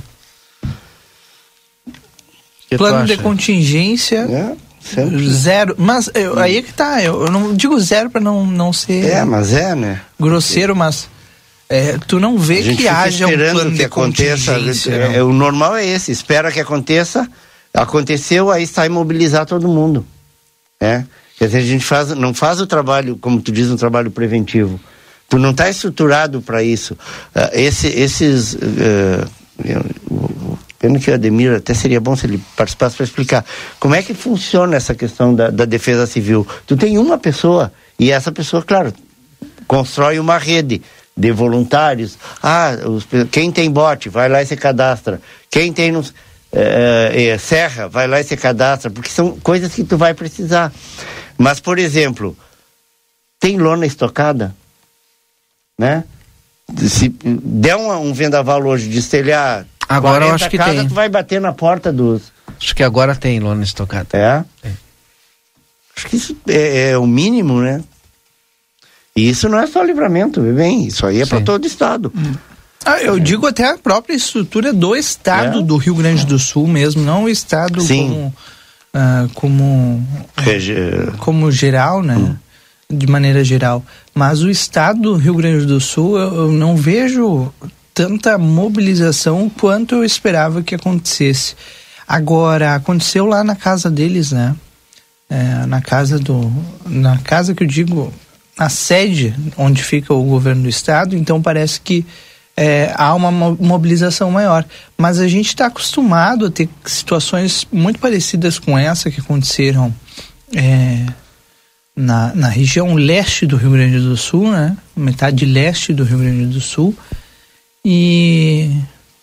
Que plano de contingência é, zero, mas eu, aí é que tá, eu, eu não digo zero para não, não ser é, mas é, né? grosseiro, mas é, tu não vê que haja um plano que de aconteça, contingência. É, é, o normal é esse, espera que aconteça, aconteceu, aí sai mobilizar todo mundo, né? Quer dizer, a gente faz, não faz o trabalho, como tu diz, um trabalho preventivo. Tu não está estruturado para isso. Uh, esse, esses... Uh, uh, pena que o Ademir, até seria bom se ele participasse para explicar como é que funciona essa questão da, da defesa civil. Tu tem uma pessoa, e essa pessoa, claro, constrói uma rede de voluntários. Ah, os, quem tem bote, vai lá e se cadastra. Quem tem nos, é, é, serra, vai lá e se cadastra, porque são coisas que tu vai precisar. Mas, por exemplo, tem lona estocada, né? Se der um, um vendaval hoje de estelhar agora eu acho que casa, tem. tu vai bater na porta dos... Acho que agora tem lona estocada. É? é. Acho que isso é, é o mínimo, né? E isso não é só Livramento, bem, isso aí é para todo o estado. Hum. Ah, eu é. digo até a própria estrutura do estado é. do Rio Grande do Sul mesmo, não o estado Sim. como uh, como, Regi... como geral, né? Hum. De maneira geral. Mas o estado do Rio Grande do Sul, eu, eu não vejo tanta mobilização quanto eu esperava que acontecesse. Agora, aconteceu lá na casa deles, né? É, na casa do... Na casa que eu digo, na sede onde fica o governo do estado, então parece que é, há uma mobilização maior. Mas a gente está acostumado a ter situações muito parecidas com essa que aconteceram é, na, na região leste do Rio Grande do Sul, né? Metade leste do Rio Grande do Sul. E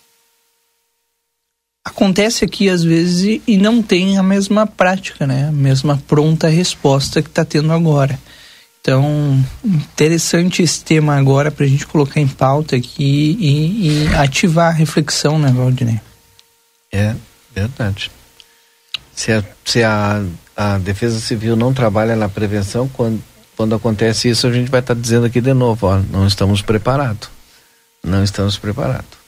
acontece aqui às vezes e, e não tem a mesma prática, né? A mesma pronta resposta que está tendo agora. Então, interessante esse tema agora para a gente colocar em pauta aqui e, e ativar a reflexão, né, Valdinei? É, verdade. Se a, se a, a Defesa Civil não trabalha na prevenção, quando, quando acontece isso, a gente vai estar tá dizendo aqui de novo, ó, não estamos preparados. Não estamos preparados.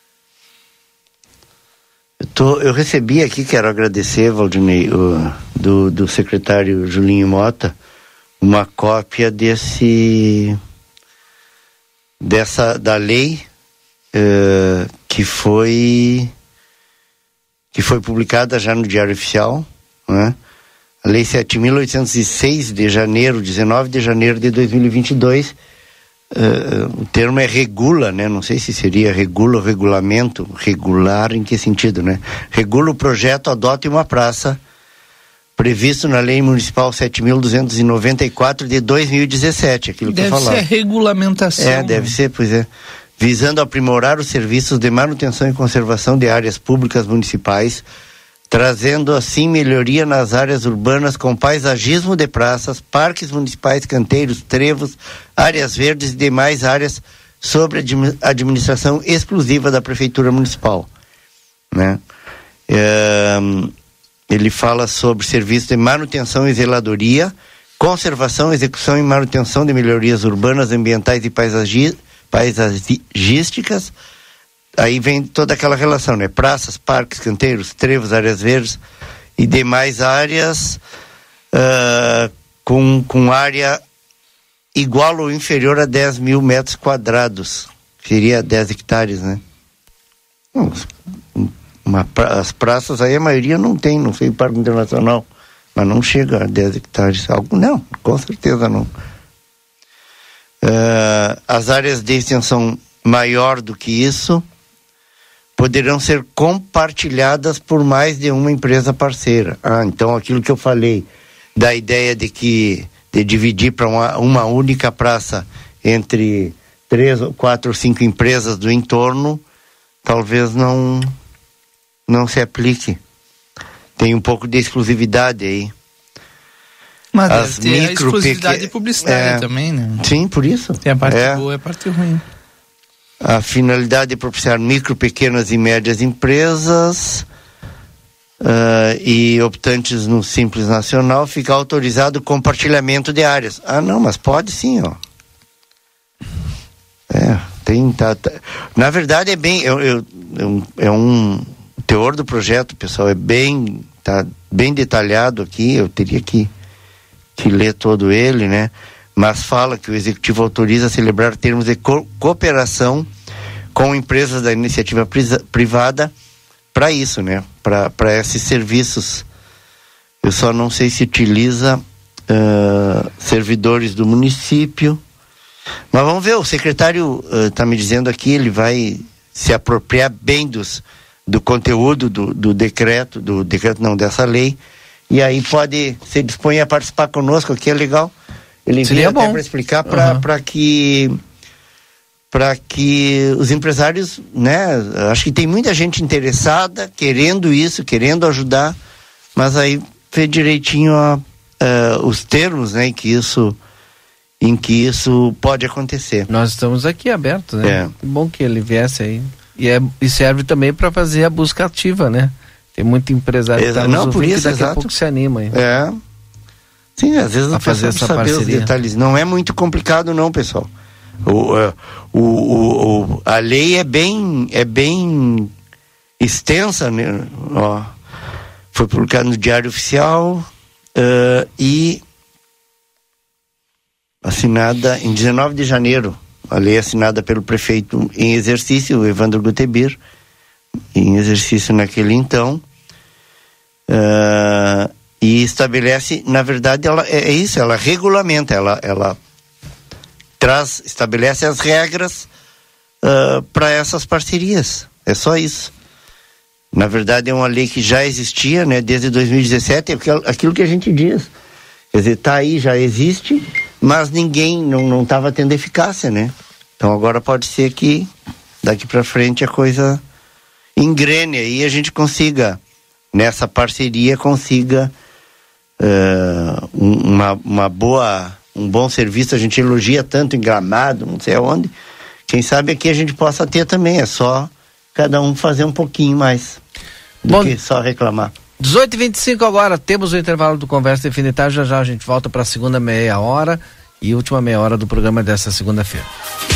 Eu, tô, eu recebi aqui, quero agradecer, Valdinei, o, do, do secretário Julinho Mota, uma cópia desse dessa da lei uh, que foi que foi publicada já no Diário Oficial, né? A lei sete mil oitocentos e seis de janeiro, dezenove de janeiro de dois mil e vinte e dois. Uh, o termo é regula, né? Não sei se seria regula ou regulamento, regular em que sentido, né? Regula o projeto, adote uma praça previsto na Lei Municipal sete mil duzentos e noventa e quatro de dois mil e dezessete, aquilo deve que eu falava. Deve ser regulamentação. É, deve ser, pois é. Visando aprimorar os serviços de manutenção e conservação de áreas públicas municipais, trazendo assim melhoria nas áreas urbanas com paisagismo de praças, parques municipais, canteiros, trevos, áreas verdes e demais áreas sob administração exclusiva da Prefeitura Municipal, né? É, ele fala sobre serviços de manutenção e zeladoria, conservação, execução e manutenção de melhorias urbanas, ambientais e paisagi- paisagísticas. Aí vem toda aquela relação, né? Praças, parques, canteiros, trevos, áreas verdes e demais áreas uh, com, com área igual ou inferior a dez mil metros quadrados. Seria dez hectares, né? Não, uma pra, as praças aí a maioria não tem, não sei o Parque Internacional, mas não chega a dez hectares. Algo, não, com certeza não. Uh, as áreas de extensão maior do que isso, poderão ser compartilhadas por mais de uma empresa parceira. Ah, então aquilo que eu falei da ideia de que de dividir para uma, uma única praça entre três, quatro ou cinco empresas do entorno, talvez não não se aplique. Tem um pouco de exclusividade aí. Mas As deve ter micro, a exclusividade pequ... publicitária é, também, né? Sim, por isso. Tem a parte é. boa e a parte ruim. A finalidade é propiciar micro, pequenas e médias empresas uh, e optantes no Simples Nacional, fica autorizado o compartilhamento de áreas. Ah, não, mas pode sim, ó. É, tem... Tá, tá. Na verdade é bem... Eu, eu, eu, é um... O teor do projeto, pessoal, é bem... Tá bem detalhado aqui, eu teria que, que ler todo ele, né? Mas fala que o Executivo autoriza a celebrar termos de co- cooperação com empresas da iniciativa prisa- privada para isso, né? Para esses serviços. Eu só não sei se utiliza uh, servidores do município. Mas vamos ver, o secretário está uh, me dizendo aqui, ele vai se apropriar bem dos, do conteúdo do, do decreto, do decreto não, dessa lei, e aí pode se dispõe a participar conosco, aqui é legal. Ele veio até para explicar para uhum. para que para que os empresários, né, acho que tem muita gente interessada, querendo isso, querendo ajudar, mas aí ver direitinho a, uh, os termos, né, em que isso em que isso pode acontecer. Nós estamos aqui abertos, né? É. Bom que ele viesse aí. E, é, e serve também para fazer a busca ativa, né? Tem muito empresário Exa- que está não, nos por ouvindo isso, que daqui exato. a pouco se anima aí. É. Sim, às vezes a a fazer essa saber parceria. os detalhes. Não é muito complicado não, pessoal. O, o, o, o, a lei é bem, é bem extensa, né? Ó, foi publicado no Diário Oficial uh, e assinada em dezenove de janeiro. A lei assinada pelo prefeito em exercício, o Evandro Gutebir, em exercício naquele então. Uh, e estabelece, na verdade, ela é, é isso, ela regulamenta, ela, ela traz, estabelece as regras uh, para essas parcerias. É só isso. Na verdade, é uma lei que já existia, né, desde dois mil e dezessete, é aquilo que a gente diz. Quer dizer, tá aí, já existe, mas ninguém, não estava tendo eficácia, né? Então agora pode ser que daqui para frente a coisa engrene aí e a gente consiga, nessa parceria, consiga uh, uma, uma boa, um bom serviço. A gente elogia tanto em Gramado, não sei aonde. Quem sabe aqui a gente possa ter também, é só cada um fazer um pouquinho mais do Bom, que só reclamar. dezoito e vinte e cinco agora, temos o intervalo do Conversa Definitária, já já a gente volta para a segunda meia hora e última meia hora do programa dessa segunda-feira.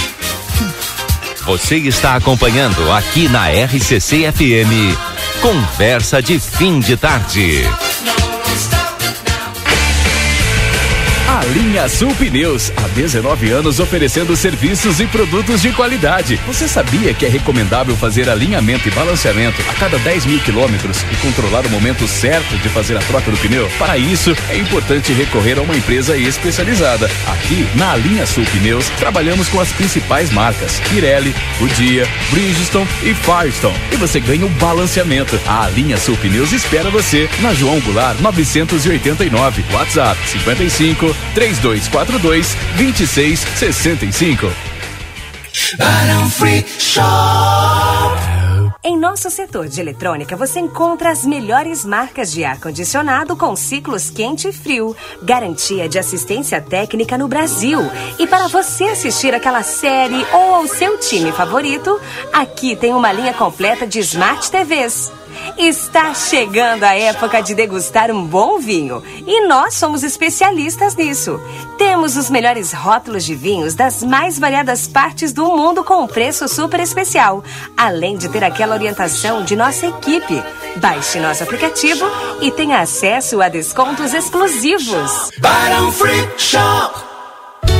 Você está acompanhando aqui na R C C F M, Conversa de Fim de Tarde. A linha Sul Pneus, há dezenove anos oferecendo serviços e produtos de qualidade. Você sabia que é recomendável fazer alinhamento e balanceamento a cada dez mil quilômetros e controlar o momento certo de fazer a troca do pneu? Para isso, é importante recorrer a uma empresa especializada. Aqui, na linha Sul Pneus, trabalhamos com as principais marcas Pirelli, Goodyear, Bridgestone e Firestone. E você ganha o balanceamento. A linha Sul Pneus espera você na João Goulart novecentos e oitenta e nove. WhatsApp cinquenta e cinco, três dois quatro dois, dois seis seis cinco. Barão Free Shop. Em nosso setor de eletrônica, você encontra as melhores marcas de ar-condicionado com ciclos quente e frio, garantia de assistência técnica no Brasil. E para você assistir aquela série ou ao seu time favorito, aqui tem uma linha completa de Smart T Vs. Está chegando a época de degustar um bom vinho e nós somos especialistas nisso. Temos os melhores rótulos de vinhos das mais variadas partes do mundo com um preço super especial, além de ter aquela orientação de nossa equipe. Baixe nosso aplicativo e tenha acesso a descontos exclusivos. Barão Free Shop.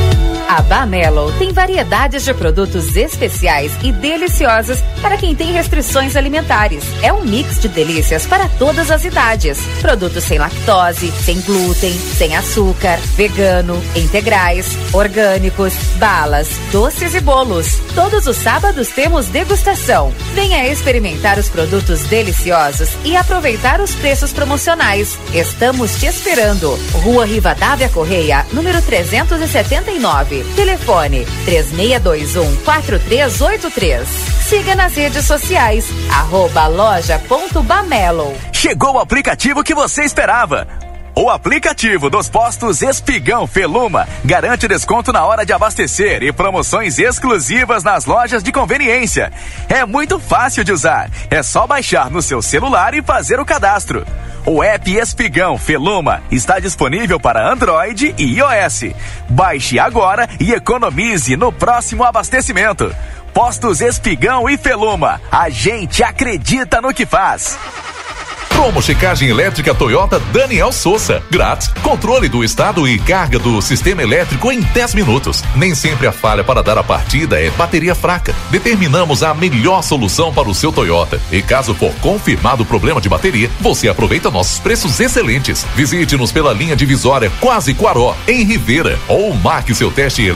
A Bamelo tem variedades de produtos especiais e deliciosos para quem tem restrições alimentares. É um mix de delícias para todas as idades. Produtos sem lactose, sem glúten, sem açúcar, vegano, integrais, orgânicos, balas, doces e bolos. Todos os sábados temos degustação. Venha experimentar os produtos deliciosos e aproveitar os preços promocionais. Estamos te esperando. Rua Rivadavia Correia, número trezentos e setenta e nove. Telefone três seis dois um, quatro três oito três. Siga nas redes sociais, arroba loja ponto bamelo. Chegou o aplicativo que você esperava. O aplicativo dos postos Espigão Feluma garante desconto na hora de abastecer e promoções exclusivas nas lojas de conveniência. É muito fácil de usar. É só baixar no seu celular e fazer o cadastro. O app Espigão Feluma está disponível para Android e iOS. Baixe agora e economize no próximo abastecimento. Postos Espigão e Feluma. A gente acredita no que faz. Promo checagem elétrica Toyota Daniel Souza. Grátis, controle do estado e carga do sistema elétrico em dez minutos. Nem sempre a falha para dar a partida é bateria fraca. Determinamos a melhor solução para o seu Toyota. E caso for confirmado o problema de bateria, você aproveita nossos preços excelentes. Visite-nos pela linha divisória Quase Quaró, em Rivera, ou marque seu teste.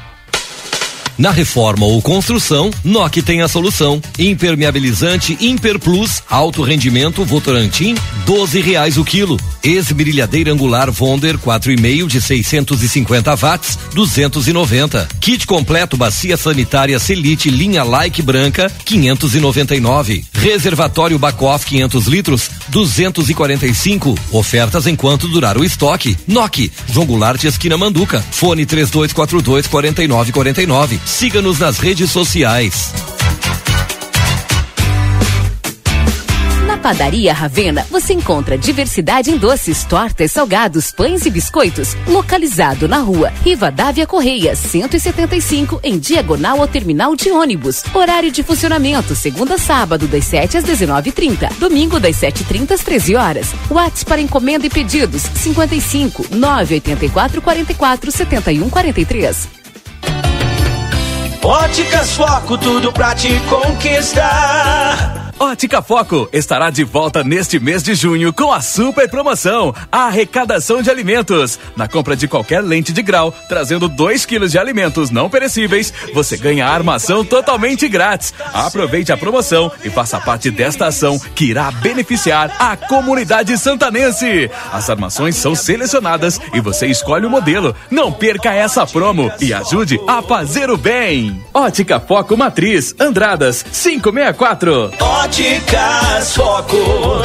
Na reforma ou construção, N O C tem a solução. Impermeabilizante Imper Plus, alto rendimento Votorantim, doze reais o quilo. Esmerilhadeira angular Vonder quatro e meio de seiscentos e cinquenta watts, duzentos e noventa. Kit completo bacia sanitária Selite linha Like branca, quinhentos e noventa e nove. Reservatório Bacoff quinhentos litros, duzentos e quarenta e cinco. Ofertas enquanto durar o estoque. N O C, João Goulart esquina Manduca. Fone três dois quatro dois, quatro nove quatro nove. Siga-nos nas redes sociais. Na Padaria Ravena, você encontra diversidade em doces, tortas, salgados, pães e biscoitos, localizado na rua Rivadavia Correia, cento e setenta e cinco, em diagonal ao terminal de ônibus. Horário de funcionamento, segunda a sábado, das sete às dezenove e trinta, domingo das sete e trinta às treze horas. WhatsApp para encomenda e pedidos, cinquenta e cinco, nove oito quatro, quarenta e quatro, setenta e um, quarenta e três. Óticas Foco, tudo pra te conquistar. Ótica Foco estará de volta neste mês de junho com a super promoção, a arrecadação de alimentos. Na compra de qualquer lente de grau, trazendo dois quilos de alimentos não perecíveis, você ganha a armação totalmente grátis. Aproveite a promoção e faça parte desta ação que irá beneficiar a comunidade santanense. As armações são selecionadas e você escolhe o modelo. Não perca essa promo e ajude a fazer o bem. Ótica Foco Matriz, Andradas, quinhentos e sessenta e quatro. Óticas Foco.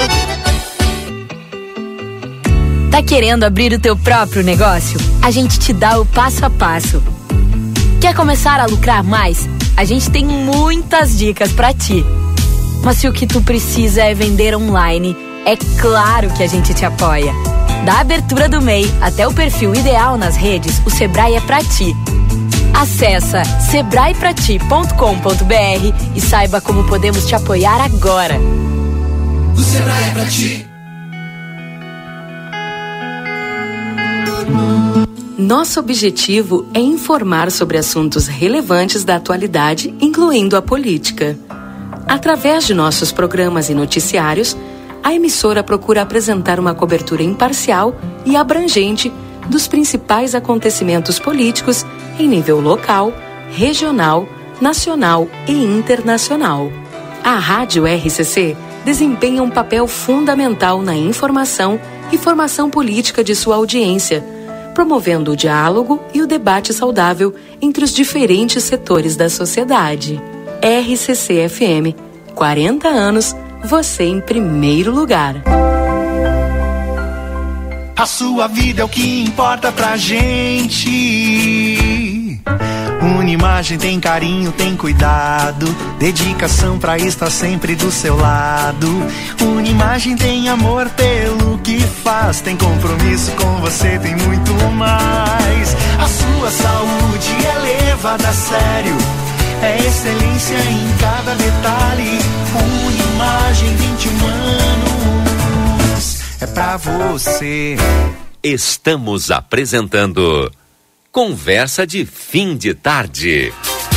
Tá querendo abrir o teu próprio negócio? A gente te dá o passo a passo. Quer começar a lucrar mais? A gente tem muitas dicas pra ti. Mas se o que tu precisa é vender online, é claro que a gente te apoia. Da abertura do M E I até o perfil ideal nas redes, o Sebrae é pra ti. Acesse sebrae pra ti ponto com ponto br e saiba como podemos te apoiar agora. O Sebrae é pra ti. Nosso objetivo é informar sobre assuntos relevantes da atualidade, incluindo a política. Através de nossos programas e noticiários, a emissora procura apresentar uma cobertura imparcial e abrangente dos principais acontecimentos políticos em nível local, regional, nacional e internacional. A Rádio R C C desempenha um papel fundamental na informação e formação política de sua audiência, promovendo o diálogo e o debate saudável entre os diferentes setores da sociedade. R C C F M, quarenta anos, você em primeiro lugar. A sua vida é o que importa pra gente. Unimagem tem carinho, tem cuidado, dedicação pra estar sempre do seu lado. Unimagem tem amor pelo que faz, tem compromisso com você, tem muito mais. A sua saúde é levada a sério, é excelência em cada detalhe. Unimagem, vinte e um anos, é pra você. Estamos apresentando Conversa de fim de tarde.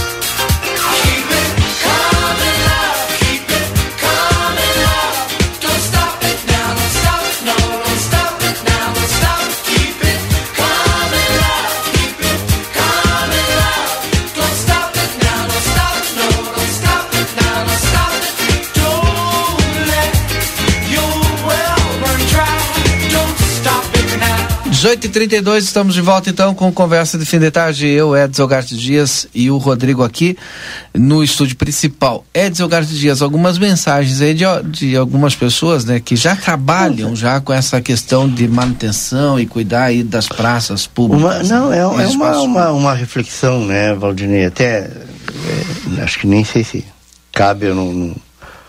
dezoito e trinta e dois, estamos de volta então com Conversa de Fim de Tarde. Eu, Edson Garte Dias, e o Rodrigo aqui no estúdio principal. Edson Garte Dias, algumas mensagens aí de, de algumas pessoas, né, que já trabalham já com essa questão de manutenção e cuidar aí das praças públicas. Uma, não, é, é uma, uma, uma reflexão, né, Valdinei, até, é, acho que nem sei se cabe ou não, não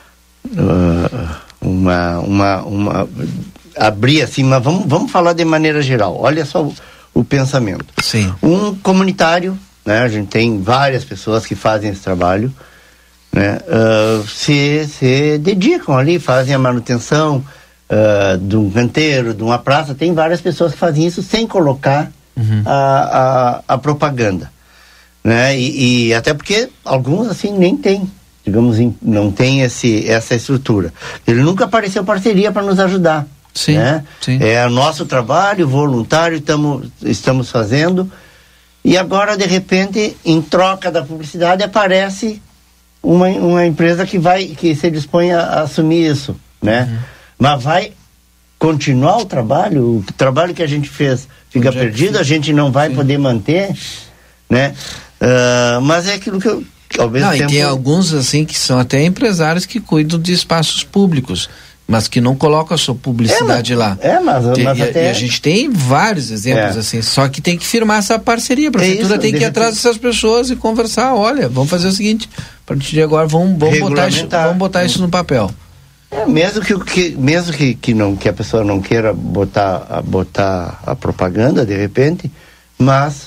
uh, uma, uma, uma abrir assim, mas vamos, vamos falar de maneira geral. Olha só o, o pensamento. Sim. Um comunitário, né? A gente tem várias pessoas que fazem esse trabalho, né? Uh, se, se dedicam ali, fazem a manutenção uh, de um canteiro, de uma praça. Tem várias pessoas que fazem isso sem colocar uhum. a, a, a propaganda, né? E, e até porque alguns assim nem tem, digamos, não tem esse, essa estrutura. Ele nunca apareceu parceria para nos ajudar. Sim, né? sim. É o nosso trabalho voluntário, tamo, estamos fazendo, e agora de repente, em troca da publicidade, aparece uma, uma empresa que vai, que se dispõe a, a assumir isso, né? Uhum. Mas vai continuar o trabalho, o trabalho que a gente fez fica Onde perdido, é a gente não vai sim. poder manter, né? Uh, mas é aquilo que eu, que ao mesmo não, tempo... E tem alguns assim que são até empresários que cuidam de espaços públicos, mas que não colocam a sua publicidade é, mas, lá. É, mas, tem, mas e, até... e a gente tem vários exemplos é. assim, só que tem que firmar essa parceria. A prefeitura é tem que ir atrás dessas pessoas e conversar. Olha, vamos fazer o seguinte, a partir de agora vamos, vamos, botar, isso, vamos botar isso no papel. É, mesmo que, que, mesmo que, que, não, que a pessoa não queira botar, a, botar a propaganda, de repente, mas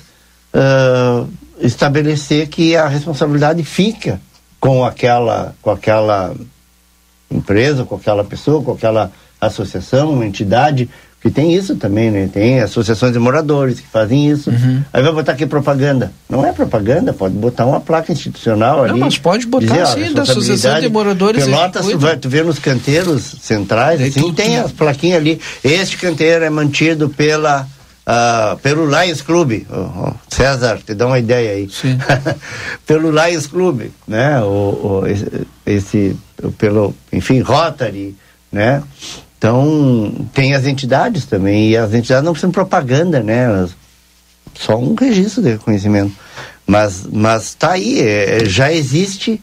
uh, estabelecer que a responsabilidade fica com aquela... Com aquela empresa, com aquela pessoa, com aquela associação, entidade, que tem isso também, né? Tem associações de moradores que fazem isso. Uhum. Aí vai botar aqui propaganda. Não é propaganda, pode botar uma placa institucional ali. Não, mas pode botar dizer, sim, ó, da associação de moradores. Pelotas, tu, vai, tu vê nos canteiros centrais, assim, tudo, tem tudo. As plaquinhas ali. Este canteiro é mantido pela... Uh, pelo Lions Club, oh, oh, César, te dá uma ideia aí. Pelo Lions Club, né? O, o, esse, esse, pelo, enfim, Rotary, né? Então, tem as entidades também, e as entidades não precisam de propaganda, né? Elas, só um registro de reconhecimento. Mas, mas tá aí, é, já existe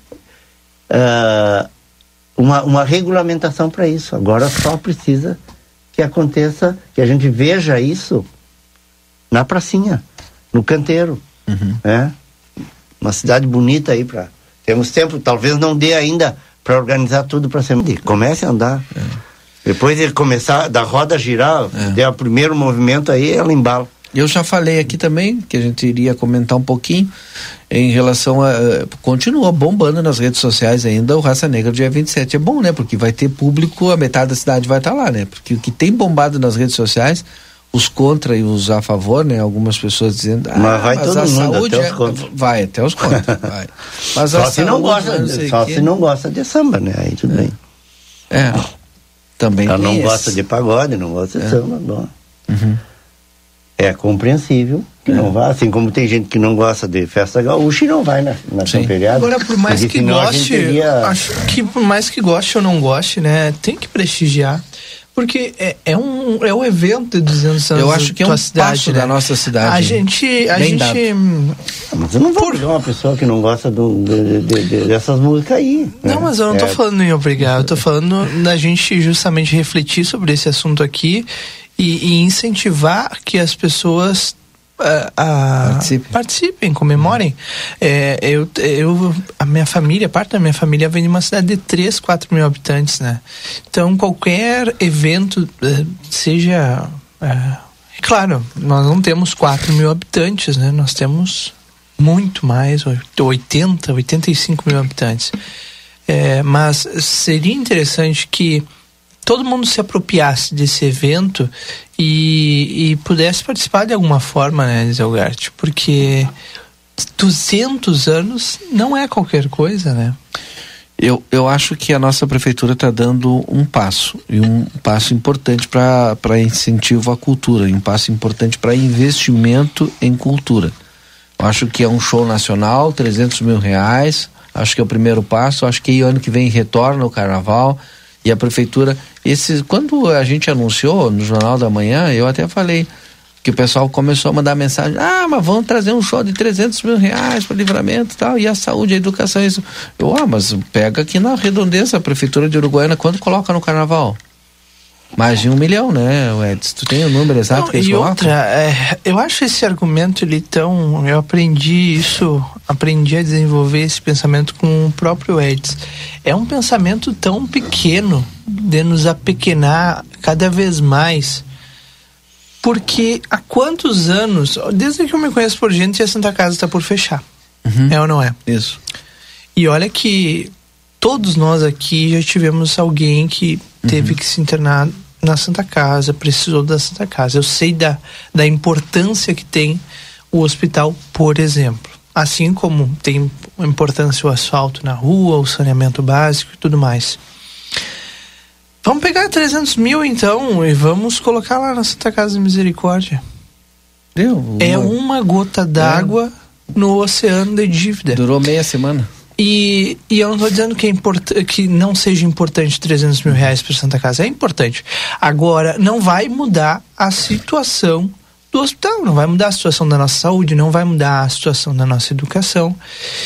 uh, uma, uma regulamentação para isso. Agora só precisa que aconteça, que a gente veja isso na pracinha, no canteiro, uhum. né? Uma cidade bonita aí para... Temos tempo, talvez não dê ainda para organizar tudo para ser... Comece a andar. É. Depois de começar, da roda girar, é. der o primeiro movimento aí, ela embala. Eu já falei aqui também, que a gente iria comentar um pouquinho, em relação a... Uh, continua bombando nas redes sociais ainda o Raça Negra dia vinte e sete. É bom, né? Porque vai ter público, a metade da cidade vai estar lá, né? Porque o que tem bombado nas redes sociais... os contra e os a favor, né? Algumas pessoas dizendo, ah, mas vai mas todo a mundo, saúde até é... os contra. Vai, até os contra, vai. Mas só a se não gosta, não só se não gosta de samba, né? Aí tudo é. bem. É, também ela não esse. gosta de pagode, não gosta de é. samba, não. Uhum. É compreensível que é. não vá, assim como tem gente que não gosta de festa gaúcha e não vai na, na São Feriado. Agora, por mais que goste, teria... acho que por mais que goste ou não goste, né? Tem que prestigiar. Porque é, é um é um evento de duzentos anos. Eu acho que é um cidade, passo né? da nossa cidade. A gente... A gente mas eu não vou obrigar uma pessoa que não gosta do, de, de, de, dessas músicas aí. Não, né? mas eu não tô é. falando em obrigar. Eu tô falando da gente justamente refletir sobre esse assunto aqui e, e incentivar que as pessoas... Uh, uh, participem. participem, comemorem. É, eu, eu, a minha família, parte da minha família vem de uma cidade de três, quatro mil habitantes, né? Então qualquer evento, uh, seja... Uh, é claro, nós não temos quatro mil habitantes, né? Nós temos muito mais, oitenta, oitenta e cinco mil habitantes. É, mas seria interessante que todo mundo se apropriasse desse evento e, e pudesse participar de alguma forma, né, Zelgart? Porque duzentos anos não é qualquer coisa, né? Eu, eu acho que a nossa prefeitura está dando um passo, e um passo importante para incentivo à cultura, e um passo importante para investimento em cultura. Eu acho que é um show nacional, trezentos mil reais, acho que é o primeiro passo, acho que ano que vem retorna o carnaval, e a prefeitura, esse, quando a gente anunciou no Jornal da Manhã, eu até falei que o pessoal começou a mandar mensagem, ah, mas vamos trazer um show de trezentos mil reais para Livramento e tal, e a saúde, a educação, isso. Eu, ah, mas pega aqui na redondeza, a prefeitura de Uruguaiana, quanto coloca no carnaval? Mais de um milhão, né, Edson? Tu tem o número exato? Não, que eles e colocam? outra, é, eu acho esse argumento, ele tão, eu aprendi isso, aprendi a desenvolver esse pensamento com o próprio Edson. É um pensamento tão pequeno, de nos apequenar cada vez mais. Porque há quantos anos, desde que eu me conheço por gente, a Santa Casa está por fechar. Uhum. É ou não é? Isso. E olha que todos nós aqui já tivemos alguém que teve uhum. que se internar na Santa Casa, precisou da Santa Casa. Eu sei da, da importância que tem o hospital, por exemplo. Assim como tem importância o asfalto na rua, o saneamento básico e tudo mais. Vamos pegar trezentos mil então e vamos colocar lá na Santa Casa de Misericórdia. Deu, é uma gota d'água é. no oceano de dívida. Durou meia semana. E, e eu não estou dizendo que, é import, que não seja importante trezentos mil reais para Santa Casa. É importante. Agora, não vai mudar a situação do hospital, não vai mudar a situação da nossa saúde, não vai mudar a situação da nossa educação.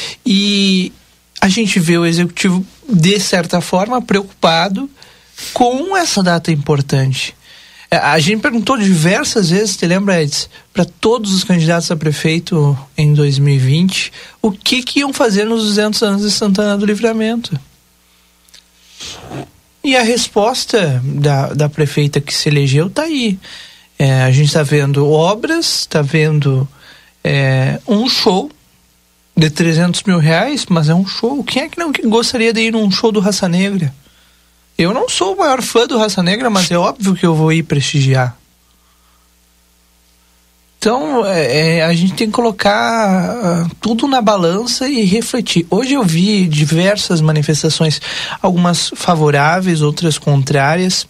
E a gente vê o executivo, de certa forma, preocupado com essa data importante. A gente perguntou diversas vezes, te lembra, Edson, para todos os candidatos a prefeito em dois mil e vinte, o que que iam fazer nos duzentos anos de Santana do Livramento. E a resposta da, da prefeita que se elegeu está aí. É, a gente está vendo obras, está vendo é, um show de trezentos mil reais, mas é um show. Quem é que não gostaria de ir num show do Raça Negra? Eu não sou o maior fã do Raça Negra, mas é óbvio que eu vou ir prestigiar. Então, é, é, a gente tem que colocar uh, tudo na balança e refletir. Hoje eu vi diversas manifestações, algumas favoráveis, outras contrárias.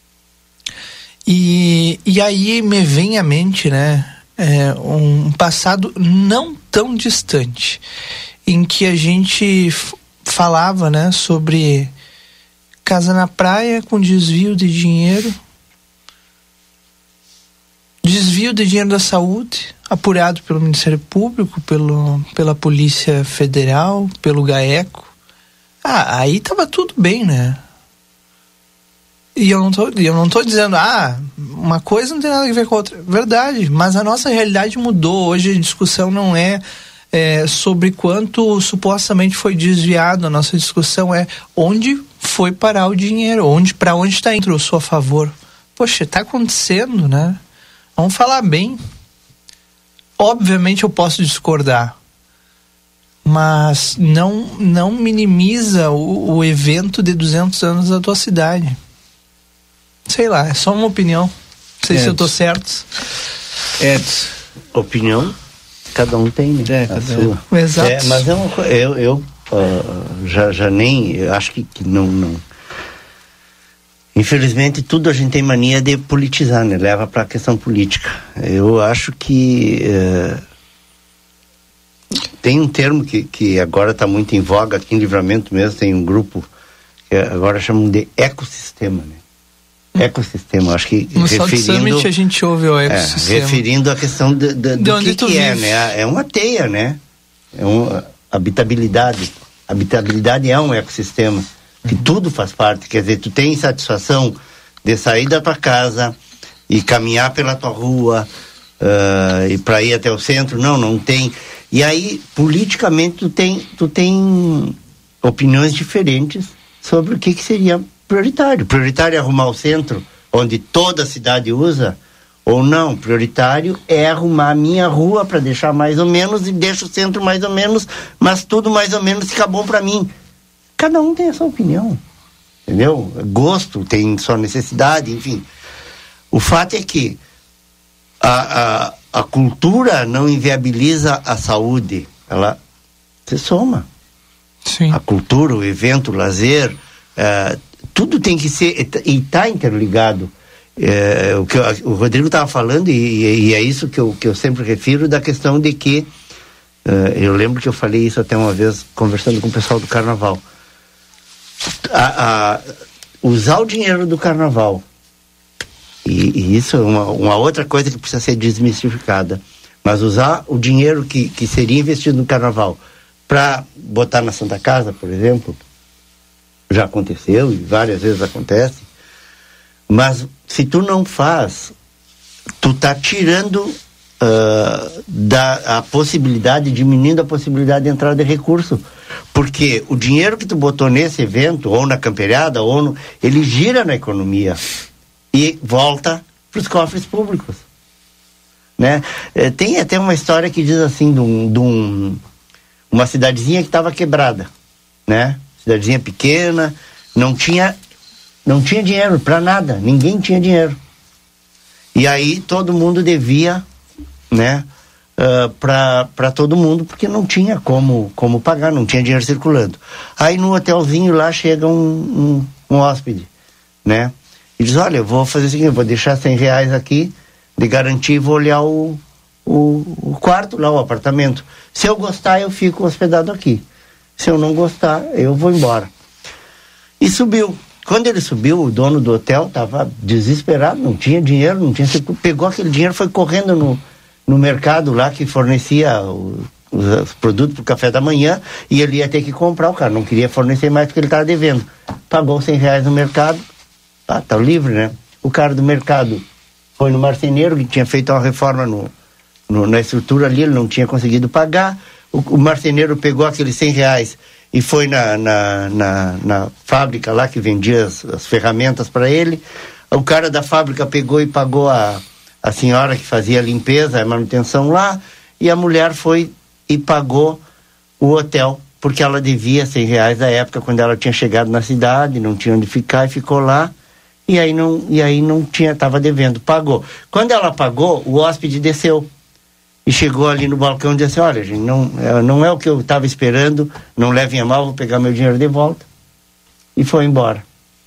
E, e aí me vem à mente, né, é, um passado não tão distante, em que a gente f- falava, né, sobre casa na praia com desvio de dinheiro, desvio de dinheiro da saúde, apurado pelo Ministério Público, pelo, pela Polícia Federal, pelo GAECO. Ah, aí tava tudo bem, né? E eu não tô, eu não tô dizendo, ah, uma coisa não tem nada a ver com a outra. Verdade, mas a nossa realidade mudou. Hoje a discussão não é, é sobre quanto supostamente foi desviado. A nossa discussão é onde foi parar o dinheiro, onde, para onde está indo a seu favor. Poxa, tá acontecendo, né? Vamos falar bem. Obviamente eu posso discordar, mas não, não minimiza o, o evento de duzentos anos da tua cidade. Sei lá, é só uma opinião. Não sei Edson. Se eu tô certo. Edson. Opinião, cada um tem, né? É, a cada sua. Um. Exato. É, mas é uma coisa, eu, eu uh, já, já nem, eu acho que, que não, não. Infelizmente, tudo a gente tem mania de politizar, né? Leva para a questão política. Eu acho que uh, tem um termo que, que agora está muito em voga aqui em Livramento mesmo, tem um grupo que agora chamam de ecossistema, né? Ecossistema, acho que no referindo, Summit a gente ouve o ecossistema. É, referindo à questão de, de, de do onde que, tu que é, vive. né? É uma teia, né? É uma habitabilidade. Habitabilidade é um ecossistema que uhum. tudo faz parte. Quer dizer, tu tem satisfação de sair da tua casa e caminhar pela tua rua uh, e para ir até o centro? Não, não tem. E aí, politicamente, tu tem, tu tem opiniões diferentes sobre o que, que seria prioritário. Prioritário é arrumar o centro, onde toda a cidade usa, ou não? Prioritário é arrumar a minha rua para deixar mais ou menos e deixa o centro mais ou menos, mas tudo mais ou menos fica bom para mim. Cada um tem essa opinião. entendeu? Gosto, tem sua necessidade, enfim. O fato é que a, a, a cultura não inviabiliza a saúde, ela se soma. Sim. A cultura, o evento, o lazer, uh, tudo tem que ser, e está interligado. É, o que eu, o Rodrigo estava falando, e, e é isso que eu, que eu sempre refiro, da questão de que, uh, eu lembro que eu falei isso até uma vez, conversando com o pessoal do Carnaval. A, a, usar o dinheiro do Carnaval, e, e isso é uma, uma outra coisa que precisa ser desmistificada, mas usar o dinheiro que, que seria investido no Carnaval para botar na Santa Casa, por exemplo, já aconteceu e várias vezes acontece, mas se tu não faz, tu tá tirando uh, da, a possibilidade, diminuindo a possibilidade de entrada de recurso, porque o dinheiro que tu botou nesse evento, ou na camperiada, ou no, ele gira na economia e volta para os cofres públicos, né? Eh, tem até uma história que diz assim, de, um, de um, uma cidadezinha que estava quebrada, né? Cidadezinha pequena, não tinha não tinha dinheiro para nada, ninguém tinha dinheiro. E aí todo mundo devia, né, uh, para todo mundo, porque não tinha como, como pagar, não tinha dinheiro circulando. Aí no hotelzinho lá chega um, um, um hóspede, né, e diz, olha, eu vou fazer o seguinte, eu vou deixar cem reais aqui de garantia e vou olhar o, o, o quarto lá, o apartamento. Se eu gostar, eu fico hospedado aqui. Se eu não gostar, eu vou embora. E subiu. Quando ele subiu, o dono do hotel estava desesperado, não tinha dinheiro, não tinha... Pegou aquele dinheiro, foi correndo no, no mercado lá que fornecia o, os, os produtos para o café da manhã, e ele ia ter que comprar. O cara não queria fornecer mais porque ele estava devendo. Pagou cem reais no mercado, ah, tá livre, né? O cara do mercado foi no marceneiro, que tinha feito uma reforma no, no, na estrutura ali, ele não tinha conseguido pagar. O, o marceneiro pegou aqueles cem reais e foi na, na, na, na fábrica lá que vendia as, as ferramentas para ele. O cara da fábrica pegou e pagou a, a senhora que fazia a limpeza, a manutenção lá, e a mulher foi e pagou o hotel, porque ela devia cem reais da época, quando ela tinha chegado na cidade, não tinha onde ficar, e ficou lá, e aí não, e aí não tinha, estava devendo, pagou. Quando ela pagou, o hóspede desceu. E chegou ali no balcão e disse, olha, gente, não, não é o que eu estava esperando, não levem a mal, vou pegar meu dinheiro de volta. E foi embora.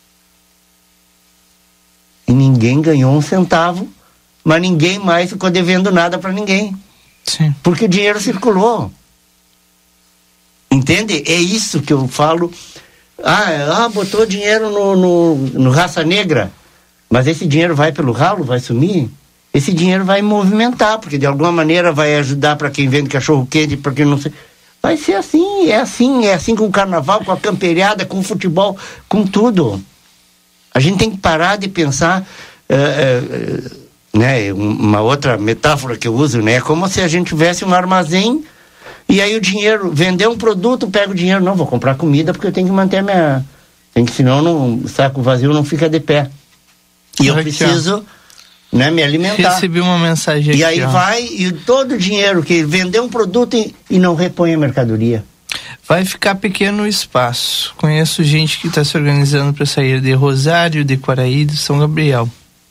E ninguém ganhou um centavo, mas ninguém mais ficou devendo nada para ninguém. Sim. Porque o dinheiro circulou. Entende? É isso que eu falo. Ah, ah botou dinheiro no, no, no Raça Negra, mas esse dinheiro vai pelo ralo, vai sumir? Esse dinheiro vai movimentar, porque de alguma maneira vai ajudar para quem vende cachorro quente, para quem não sei. Vai ser assim, é assim, é assim com o carnaval, com a camperiada, com o futebol, com tudo. A gente tem que parar de pensar, uh, uh, né, uma outra metáfora que eu uso, né, é como se a gente tivesse um armazém e aí o dinheiro, vender um produto, pega o dinheiro, não, vou comprar comida porque eu tenho que manter a minha, tem que, senão não, o saco vazio não fica de pé. E eu preciso... Né, me alimentar. Recebi uma mensagem aqui. E aí ó. vai, e todo o dinheiro que vendeu um produto e, e não repõe a mercadoria. Vai ficar pequeno o espaço. Conheço gente que está se organizando para sair de Rosário, de Quaraí, de São Gabriel.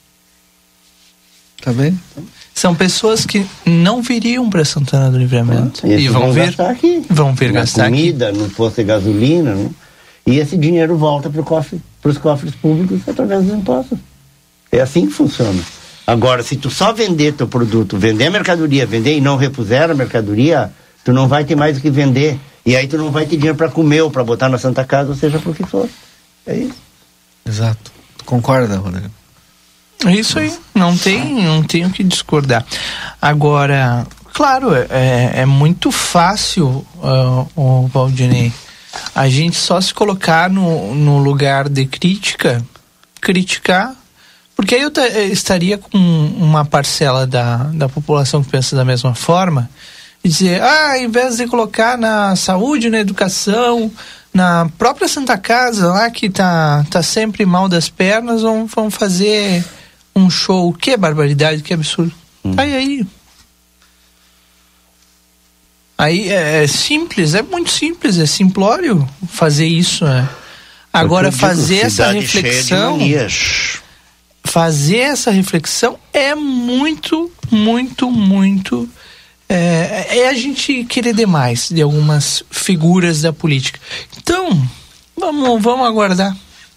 Tá vendo? São pessoas que não viriam para Santana do Livramento. Ah, e vão, vão vir gastar aqui. Vão vir na gastar comida, aqui. no posto de gasolina. Né? E esse dinheiro volta para cofre, os cofres públicos através dos impostos. É assim que funciona. Agora, se tu só vender teu produto, vender a mercadoria, vender e não repuser a mercadoria, tu não vai ter mais o que vender. E aí tu não vai ter dinheiro para comer ou para botar na Santa Casa, ou seja, por que for. É isso. Exato. Tu concorda, Rodrigo? É isso aí. Não tem, não tenho que discordar. Agora, claro, é, é muito fácil, uh, o Valdinei, a gente só se colocar no, no lugar de crítica, criticar. Porque aí eu t- estaria com uma parcela da, da população que pensa da mesma forma e dizer, ah, ao invés de colocar na saúde, na educação, na própria Santa Casa lá que tá, tá sempre mal das pernas, vão, vão fazer um show. Que barbaridade, que absurdo. Hum. Aí, aí. Aí é, é simples, é muito simples, é simplório fazer isso, né? Agora, digo, fazer essa reflexão, fazer essa reflexão é muito, muito, muito, é, é a gente querer demais de algumas figuras da política. Então, vamos, vamos aguardar.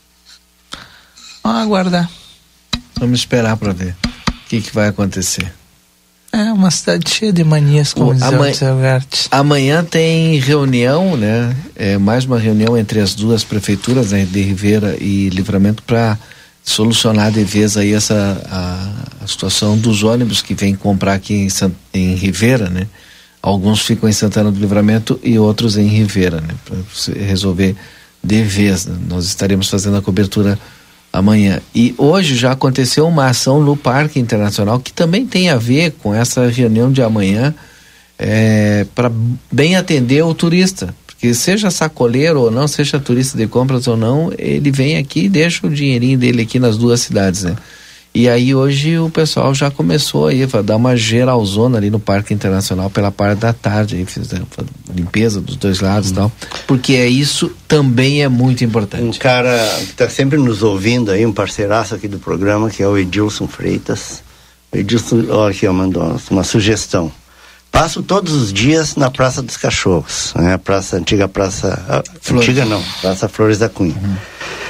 Vamos aguardar. Vamos esperar para ver o que, que vai acontecer. É uma cidade cheia de manias, como diz o Zé Gart. Amanhã tem reunião, né? É mais uma reunião entre as duas prefeituras, né, de Ribeira e Livramento, para solucionar de vez aí essa a, a situação dos ônibus que vêm comprar aqui em, San, em Ribeira, né? Alguns ficam em Santana do Livramento e outros em Ribeira, né? Para resolver de vez, né? Nós estaremos fazendo a cobertura amanhã. E hoje já aconteceu uma ação no Parque Internacional que também tem a ver com essa reunião de amanhã, é, para bem atender o turista, porque seja sacoleiro ou não, seja turista de compras ou não, ele vem aqui e deixa o dinheirinho dele aqui nas duas cidades, né? E aí hoje o pessoal já começou aí a dar uma geralzona ali no Parque Internacional pela parte da tarde, aí fizeram limpeza dos dois lados e tal, porque é isso também é muito importante. Um cara que está sempre nos ouvindo aí, um parceiraço aqui do programa, que é o Edilson Freitas. O Edilson, olha aqui, ó, mandou uma sugestão. Passo todos os dias na Praça dos Cachorros, né? A praça, antiga praça, ah, antiga não, Praça Flores da Cunha. Uhum.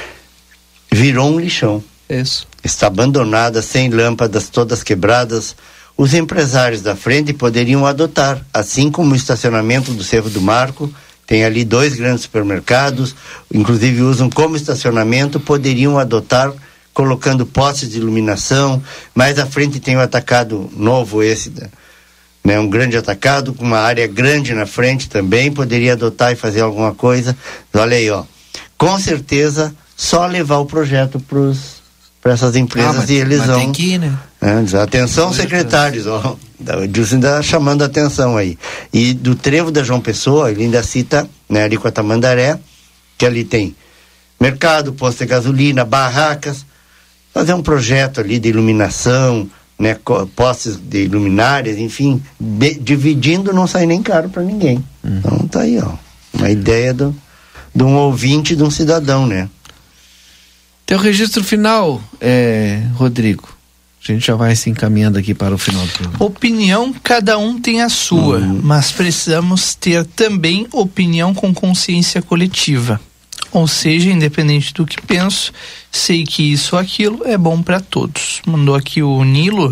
Virou um lixão. Isso. Está abandonada, sem lâmpadas, todas quebradas. Os empresários da frente poderiam adotar, assim como o estacionamento do Cerro do Marco, tem ali dois grandes supermercados, inclusive usam como estacionamento, poderiam adotar, colocando postes de iluminação. Mais à frente tem o atacado novo esse, né, um grande atacado, com uma área grande na frente também, poderia adotar e fazer alguma coisa. Olha aí, ó. Com certeza, só levar o projeto para os para essas empresas, ah, mas, e eles vão... Tem que ir, né? É, atenção, secretários, ó, o Edilson ainda chamando a atenção aí. E do trevo da João Pessoa, ele ainda cita, né, ali com a Tamandaré, que ali tem mercado, posto de gasolina, barracas, fazer um projeto ali de iluminação, né, postes de luminárias, enfim, de, dividindo não sai nem caro para ninguém. Uhum. Então tá aí, ó, uma ideia do, de um ouvinte, de um cidadão, né? Teu registro final, é, Rodrigo. A gente já vai se encaminhando aqui para o final do programa. Opinião, cada um tem a sua, uhum. Mas precisamos ter também opinião com consciência coletiva. Ou seja, independente do que penso, sei que isso ou aquilo é bom para todos. Mandou aqui o Nilo,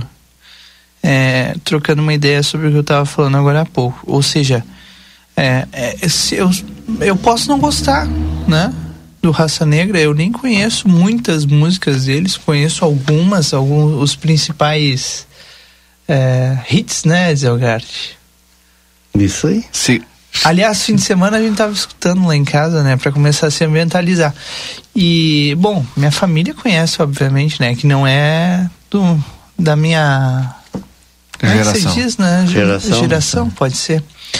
é, trocando uma ideia sobre o que eu estava falando agora há pouco. Ou seja, é, é, se eu, eu posso não gostar, né? Do Raça Negra, eu nem conheço muitas músicas deles, conheço algumas, alguns, os principais é, hits, né, Zelgart? Isso aí? Sim. Aliás, fim de semana a gente tava escutando lá em casa, né, pra começar a se ambientalizar. E, bom, minha família conhece, obviamente, né, que não é do, da minha... Geração. Como é que se diz, né? Geração. Geração, pode ser.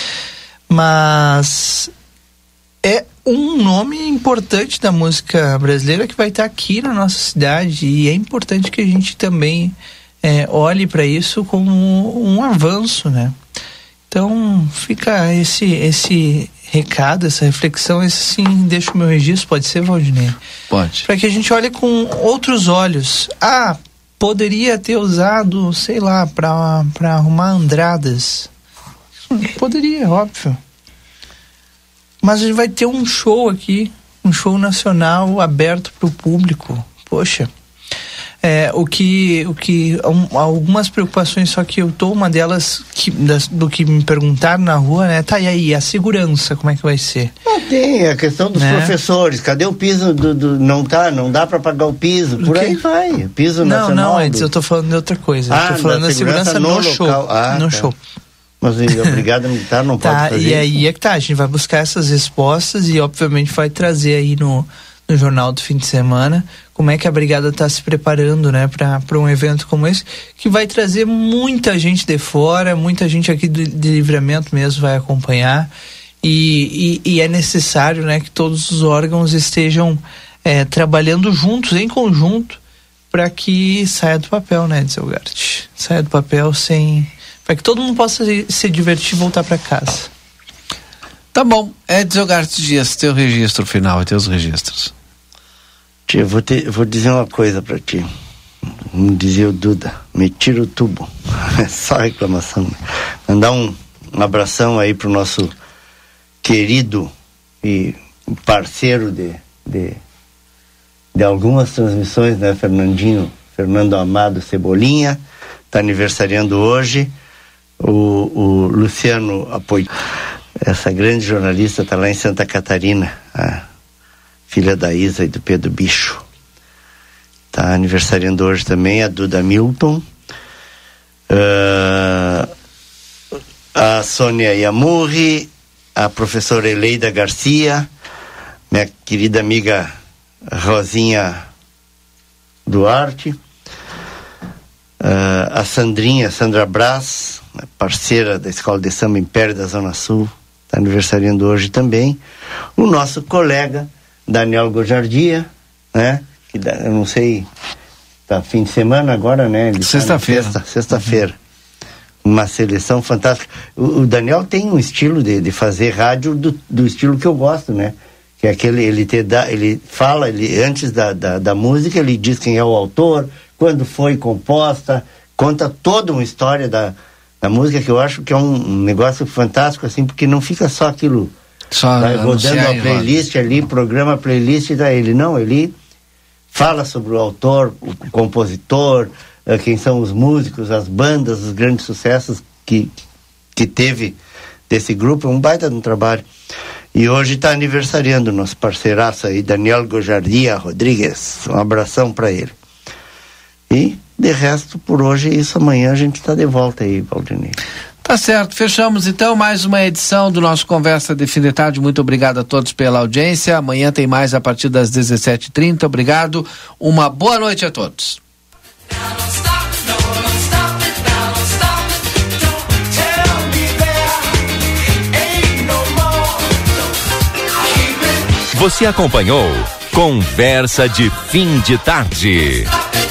Mas é um nome importante da música brasileira que vai estar aqui na nossa cidade, e é importante que a gente também é, olhe para isso como um avanço, né? Então fica esse esse recado, essa reflexão, esse sim, deixa o meu registro, pode ser, Valdinei? Pode. Para que a gente olhe com outros olhos. Ah, poderia ter usado, sei lá, para para arrumar andradas. Poderia, óbvio. Mas a gente vai ter um show aqui, um show nacional aberto para o público. Poxa, é, o que, o que, um, algumas preocupações, só que eu tô, uma delas, que, das, do que me perguntaram na rua, né? Tá, e aí, a segurança, como é que vai ser? Não tem, a questão dos né? professores, cadê o piso do, do não tá, não dá para pagar o piso, por aí vai, piso não, nacional. Não, não, do... antes eu tô falando de outra coisa, ah, eu tô falando da segurança, segurança no, no show, ah, no tá. show. Mas a Brigada Militar não tá, pode fazer e aí isso. é que tá, a gente vai buscar essas respostas e obviamente vai trazer aí no, no jornal do fim de semana como é que a Brigada está se preparando, né, para um evento como esse, que vai trazer muita gente de fora, muita gente aqui de, de Livramento mesmo vai acompanhar, e, e, e é necessário, né, que todos os órgãos estejam é, trabalhando juntos, em conjunto, para que saia do papel, né, Zelgart? Saia do papel sem... para que todo mundo possa se divertir e voltar para casa. Tá bom. É Zelgart Dias, teu registro final e teus registros. Tia, eu vou, te, eu vou dizer uma coisa pra ti. Como dizia o Duda, me tira o tubo. É só reclamação. Mandar um, um abração aí pro nosso querido e parceiro de, de, de algumas transmissões, né, Fernandinho, Fernando Amado Cebolinha, tá aniversariando hoje. O, o Luciano Apoio, essa grande jornalista, tá lá em Santa Catarina, a filha da Isa e do Pedro Bicho. Tá aniversariando hoje também a Duda Milton, uh, a Sônia Yamurri, a professora Eleida Garcia, minha querida amiga Rosinha Duarte, uh, a Sandrinha, Sandra Brás, parceira da Escola de Samba Império da Zona Sul, está aniversariando hoje também. O nosso colega Daniel Gojardia, né? Que dá, eu não sei, tá fim de semana agora, né? Sexta-feira. Sexta, sexta-feira. Uhum. Uma seleção fantástica. O, o Daniel tem um estilo de, de fazer rádio do, do estilo que eu gosto, né? Que é aquele, ele te dá, ele fala, ele, antes da, da, da música, ele diz quem é o autor, quando foi composta, conta toda uma história da, da música, que eu acho que é um, um negócio fantástico, assim, porque não fica só aquilo, só vai rodando a playlist ali, programa a playlist da ele, não, ele fala sobre o autor, o compositor, uh, quem são os músicos, as bandas, os grandes sucessos que, que teve desse grupo, é um baita de um trabalho. E hoje está aniversariando nosso parceiraço aí, Daniel Gojardia Rodrigues. Um abração para ele. E, de resto, por hoje é isso. Amanhã a gente está de volta aí, Valdinei. Tá certo, fechamos então mais uma edição do nosso Conversa de Fim de Tarde. Muito obrigado a todos pela audiência. Amanhã tem mais a partir das dezessete e trinta. Obrigado, uma boa noite a todos. Você acompanhou Conversa de Fim de Tarde.